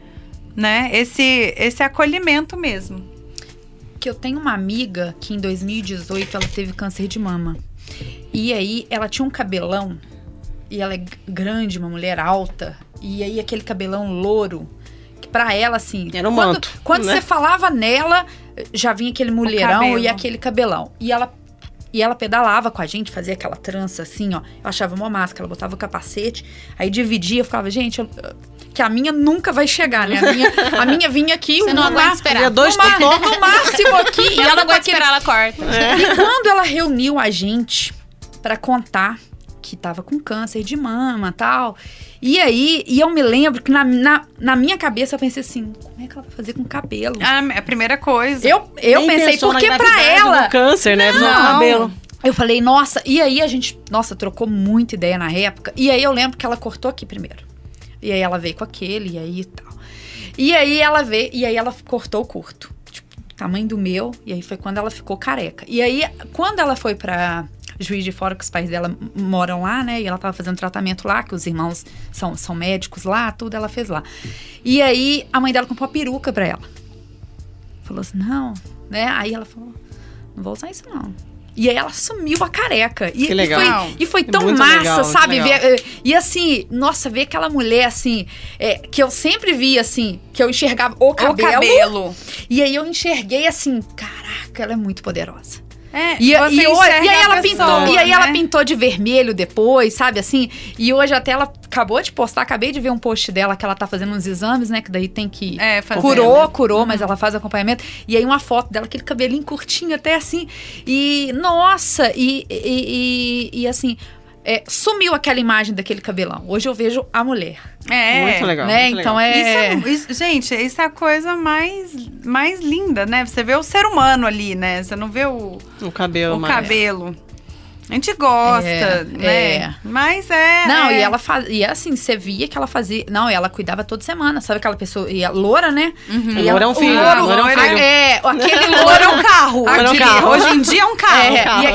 né? Esse acolhimento mesmo. Que eu tenho uma amiga que em 2018 ela teve câncer de mama. E aí ela tinha um cabelão, e ela é grande, uma mulher alta, e aí aquele cabelão louro, que pra ela, assim... Era um manto, quando né? você falava nela, já vinha aquele mulherão e aquele cabelão. E ela pedalava com a gente, fazia aquela trança assim, ó. Eu achava uma máscara, ela botava o capacete, aí dividia, eu ficava, gente, que a minha nunca vai chegar, né? A minha vinha aqui... Você não aguenta esperar. No máximo aqui. E ela não aguenta esperar, ela corta. E quando ela reuniu a gente pra contar que tava com câncer de mama e tal... E aí, eu me lembro que na minha cabeça eu pensei assim, como é que ela vai fazer com cabelo? A primeira coisa. Eu pensei, porque pra ela... câncer, né? Não. Cabelo. Eu falei, nossa, e aí a gente, trocou muita ideia na época. E aí eu lembro que ela cortou aqui primeiro. E aí ela veio com aquele, e aí tal. E aí ela veio, e aí ela cortou o curto. Tipo, tamanho do meu, e aí foi quando ela ficou careca. E aí, quando ela foi pra Juiz de Fora, que os pais dela moram lá, né? E ela tava fazendo tratamento lá, que os irmãos são médicos lá, tudo ela fez lá. E aí, a mãe dela comprou uma peruca pra ela. Falou assim, não, né? Aí ela falou, não vou usar isso não. E aí ela sumiu a careca. Que legal. E foi tão muito massa, legal, sabe? legal. E assim, nossa, ver aquela mulher assim, que eu sempre vi assim, que eu enxergava o cabelo. E aí eu enxerguei assim, caraca, ela é muito poderosa. E aí ela pintou, né? Ela pintou de vermelho depois, sabe assim? E hoje até ela acabou de postar, acabei de ver um post dela que ela tá fazendo uns exames, né? Que daí tem que... fazer, curou, mas ela faz acompanhamento. E aí uma foto dela, aquele cabelinho curtinho até assim. E, nossa, e assim... sumiu aquela imagem daquele cabelão. Hoje eu vejo a mulher. Muito legal. Né? Muito então legal. Gente, isso é a coisa mais linda, né? Você vê o ser humano ali, né? Você não vê o cabelo. A gente gosta, né? Mas Não, e ela fazia, assim, você via que ela fazia... Não, ela cuidava toda semana, sabe aquela pessoa... E a loura, né? Uhum. E loura é um filho. Loura aquele louro é um carro. Hoje em dia é um carro.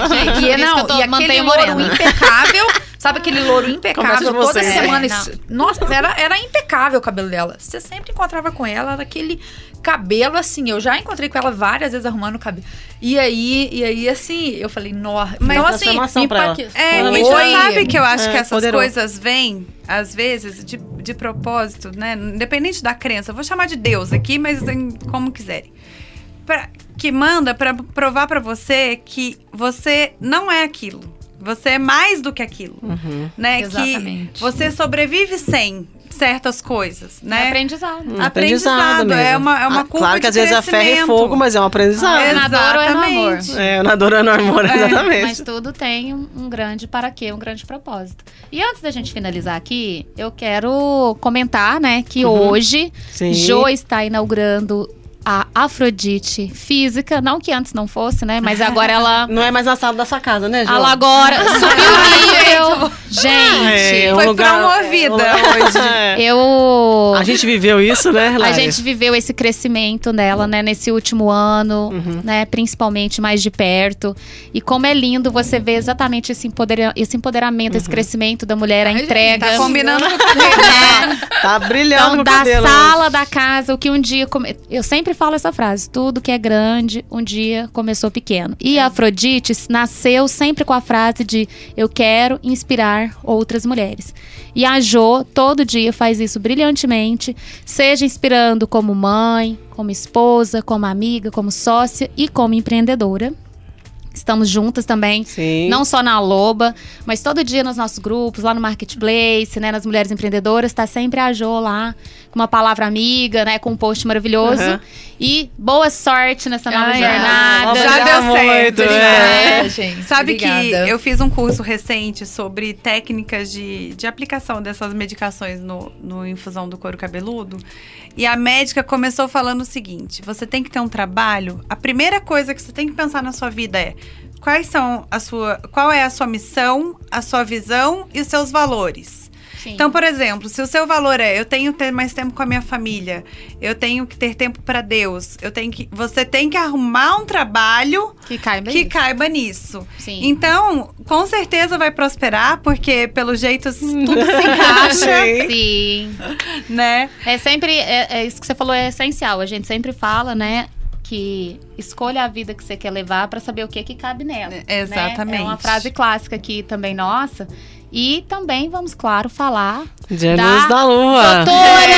Aquele louro impecável... Sabe aquele louro impecável, toda semana... Nossa, era impecável o cabelo dela. Você sempre encontrava com ela, era aquele cabelo assim. Eu já encontrei com ela várias vezes arrumando o cabelo. E aí assim, eu falei, nossa... Então, assim, pra ela. Você sabe que eu acho que essas coisas vêm, às vezes, de propósito, né? Independente da crença. Eu vou chamar de Deus aqui, mas como quiserem. Que manda pra provar pra você que você não é aquilo. Você é mais do que aquilo, né? Exatamente. Que você sobrevive sem certas coisas, né? Aprendizado. Aprendizado mesmo. É uma curva claro que de às vezes é ferro e fogo, mas é um aprendizado. Na dor ou é no amor. Na dor ou é no amor, exatamente. Mas tudo tem um grande para quê, um grande propósito. E antes da gente finalizar aqui, eu quero comentar, né, que hoje Jô está inaugurando a Afrodite física, não que antes não fosse, né? Mas agora ela... Não é mais na sala da sua casa, né, Jô? Ela agora subiu o nível. Gente, foi promovida hoje. A gente viveu isso, né, Lari? A gente viveu esse crescimento dela, né? Nesse último ano, né? Principalmente mais de perto. E como é lindo você ver exatamente esse empoderamento, esse crescimento da mulher, a entrega. Tá combinando com o cabelo. Tá brilhando então, com o cabelo. Da sala da casa, o que um dia... Eu sempre falo essa frase, tudo que é grande, um dia começou pequeno. E a Afrodite nasceu sempre com a frase de eu quero inspirar outras mulheres. E a Jô, todo dia, faz isso brilhantemente, seja inspirando como mãe, como esposa, como amiga, como sócia e como empreendedora. Estamos juntas também, não só na Loba, mas todo dia nos nossos grupos, lá no Marketplace, né, nas Mulheres Empreendedoras, tá sempre a Jô lá, com uma palavra amiga, né, com um post maravilhoso. E boa sorte nessa nova jornada. Já deu certo. Obrigada, gente. Sabe que eu fiz um curso recente sobre técnicas de aplicação dessas medicações no infusão do couro cabeludo. E a médica começou falando o seguinte: você tem que ter um trabalho. A primeira coisa que você tem que pensar na sua vida é qual é a sua missão, a sua visão e os seus valores. Sim. Então, por exemplo, se o seu valor é eu tenho que ter mais tempo com a minha família, eu tenho que ter tempo para Deus, você tem que arrumar um trabalho Que caiba que isso. caiba nisso. Sim. Então, com certeza vai prosperar, porque pelo jeito tudo se encaixa, Sim. né? É sempre, isso que você falou é essencial. A gente sempre fala, né, que escolha a vida que você quer levar para saber o que cabe nela. Exatamente. Né? É uma frase clássica aqui também nossa. E também vamos, claro, falar De Luz da Lua. doutora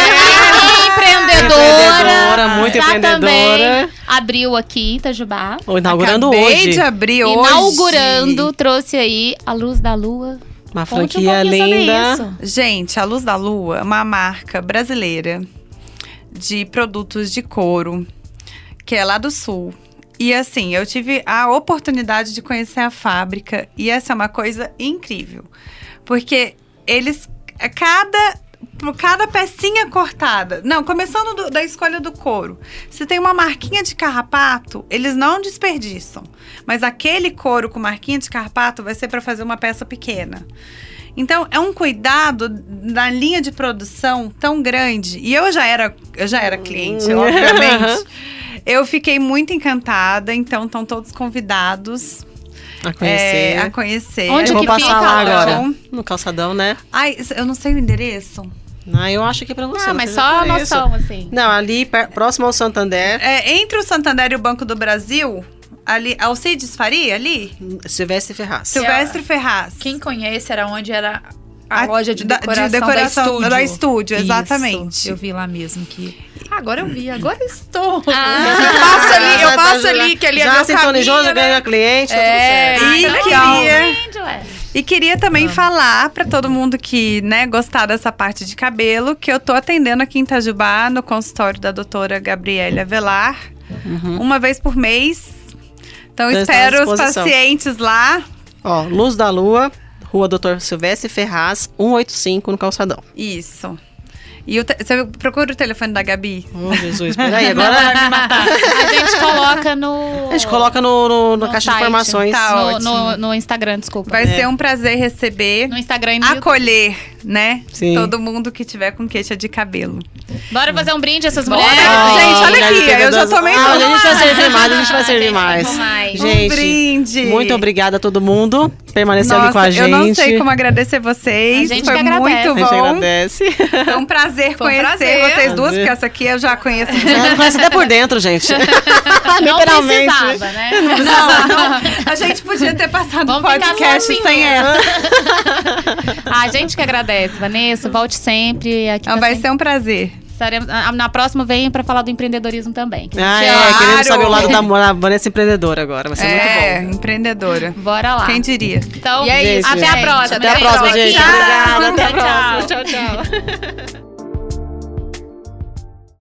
empreendedora. Muito Tá empreendedora. também abriu aqui em Itajubá. Inaugurando Acabei hoje. de abrir hoje. Inaugurando, trouxe aí a Luz da Lua. Uma Conte um franquia pouquinho sobre linda. isso. Gente, a Luz da Lua é uma marca brasileira de produtos de couro, que é lá do Sul. E assim, eu tive a oportunidade de conhecer a fábrica e essa é uma coisa incrível. Porque eles, cada pecinha cortada, não, começando da escolha do couro. Se tem uma marquinha de carrapato, eles não desperdiçam. Mas aquele couro com marquinha de carrapato vai ser para fazer uma peça pequena. Então, é um cuidado na linha de produção tão grande. E eu já era cliente, obviamente. Eu fiquei muito encantada, então estão todos convidados A conhecer. Onde Eu vou que passar fica, lá Laura? agora. No calçadão, né? Ai, eu não sei o endereço. Eu acho que é pra você. Ah, não mas sei só se eu a conheço. noção, assim. Não, ali próximo ao Santander. É, entre o Santander e o Banco do Brasil, ali, Alcides Faria, ali? Silvestre Ferraz. Silvestre Ferraz. Quem conhece era onde era a loja de decoração, da estúdio, Isso, exatamente. eu vi lá mesmo que... Agora eu vi, agora estou. Ah, eu passo ali, que ali é já meu sintonizou, caminho, já né? ganhou cliente, tá É, tudo certo. E tá queria, e queria também falar pra todo mundo que, né, gostar dessa parte de cabelo, que eu tô atendendo aqui em Itajubá, no consultório da doutora Gabriele Avelar, uma vez por mês. Então, Então, está à espero os disposição. pacientes lá. Ó, Luz da Lua, Rua Doutor Silvestre Ferraz, 185 no Calçadão. Isso. E você procura o telefone da Gabi? Oh, Jesus, peraí, agora A gente coloca no... a gente coloca na caixa de site. informações. Tá. No Instagram, desculpa. Vai ser um prazer receber, No Instagram e no YouTube. acolher, né? Sim. Todo mundo que tiver com queixa de cabelo. Bora fazer um brinde a essas Bora. mulheres? Gente, olha aqui, eu já tomei a tudo. gente vai servir mais, a gente vai servir Tem mais. mais. Um Gente, brinde. muito obrigada a todo mundo permanecendo aqui com a gente. Eu não sei como agradecer vocês. A gente Foi que agradece. muito A gente bom. agradece. Foi um prazer Foi um conhecer prazer. vocês duas, Prazer. porque essa aqui eu já conheço. Ela conhece até por dentro, gente. Não Literalmente. precisava, né? A gente podia ter passado o Vamos ficar podcast sozinho sem mesmo. ela. A gente que agradece, Vanessa. Volte sempre. Aqui Vai ser um prazer. Na próxima, venha pra falar do empreendedorismo também. que a gente Queremos Claro. saber o lado da Vanessa empreendedora agora. Vai ser muito bom. Empreendedora. Bora lá. Quem diria? Então, E é isso, até a gente. próxima. Até a gente. próxima, gente. Tchau. Obrigada. Até a Tchau, tchau. próxima. Tchau, tchau.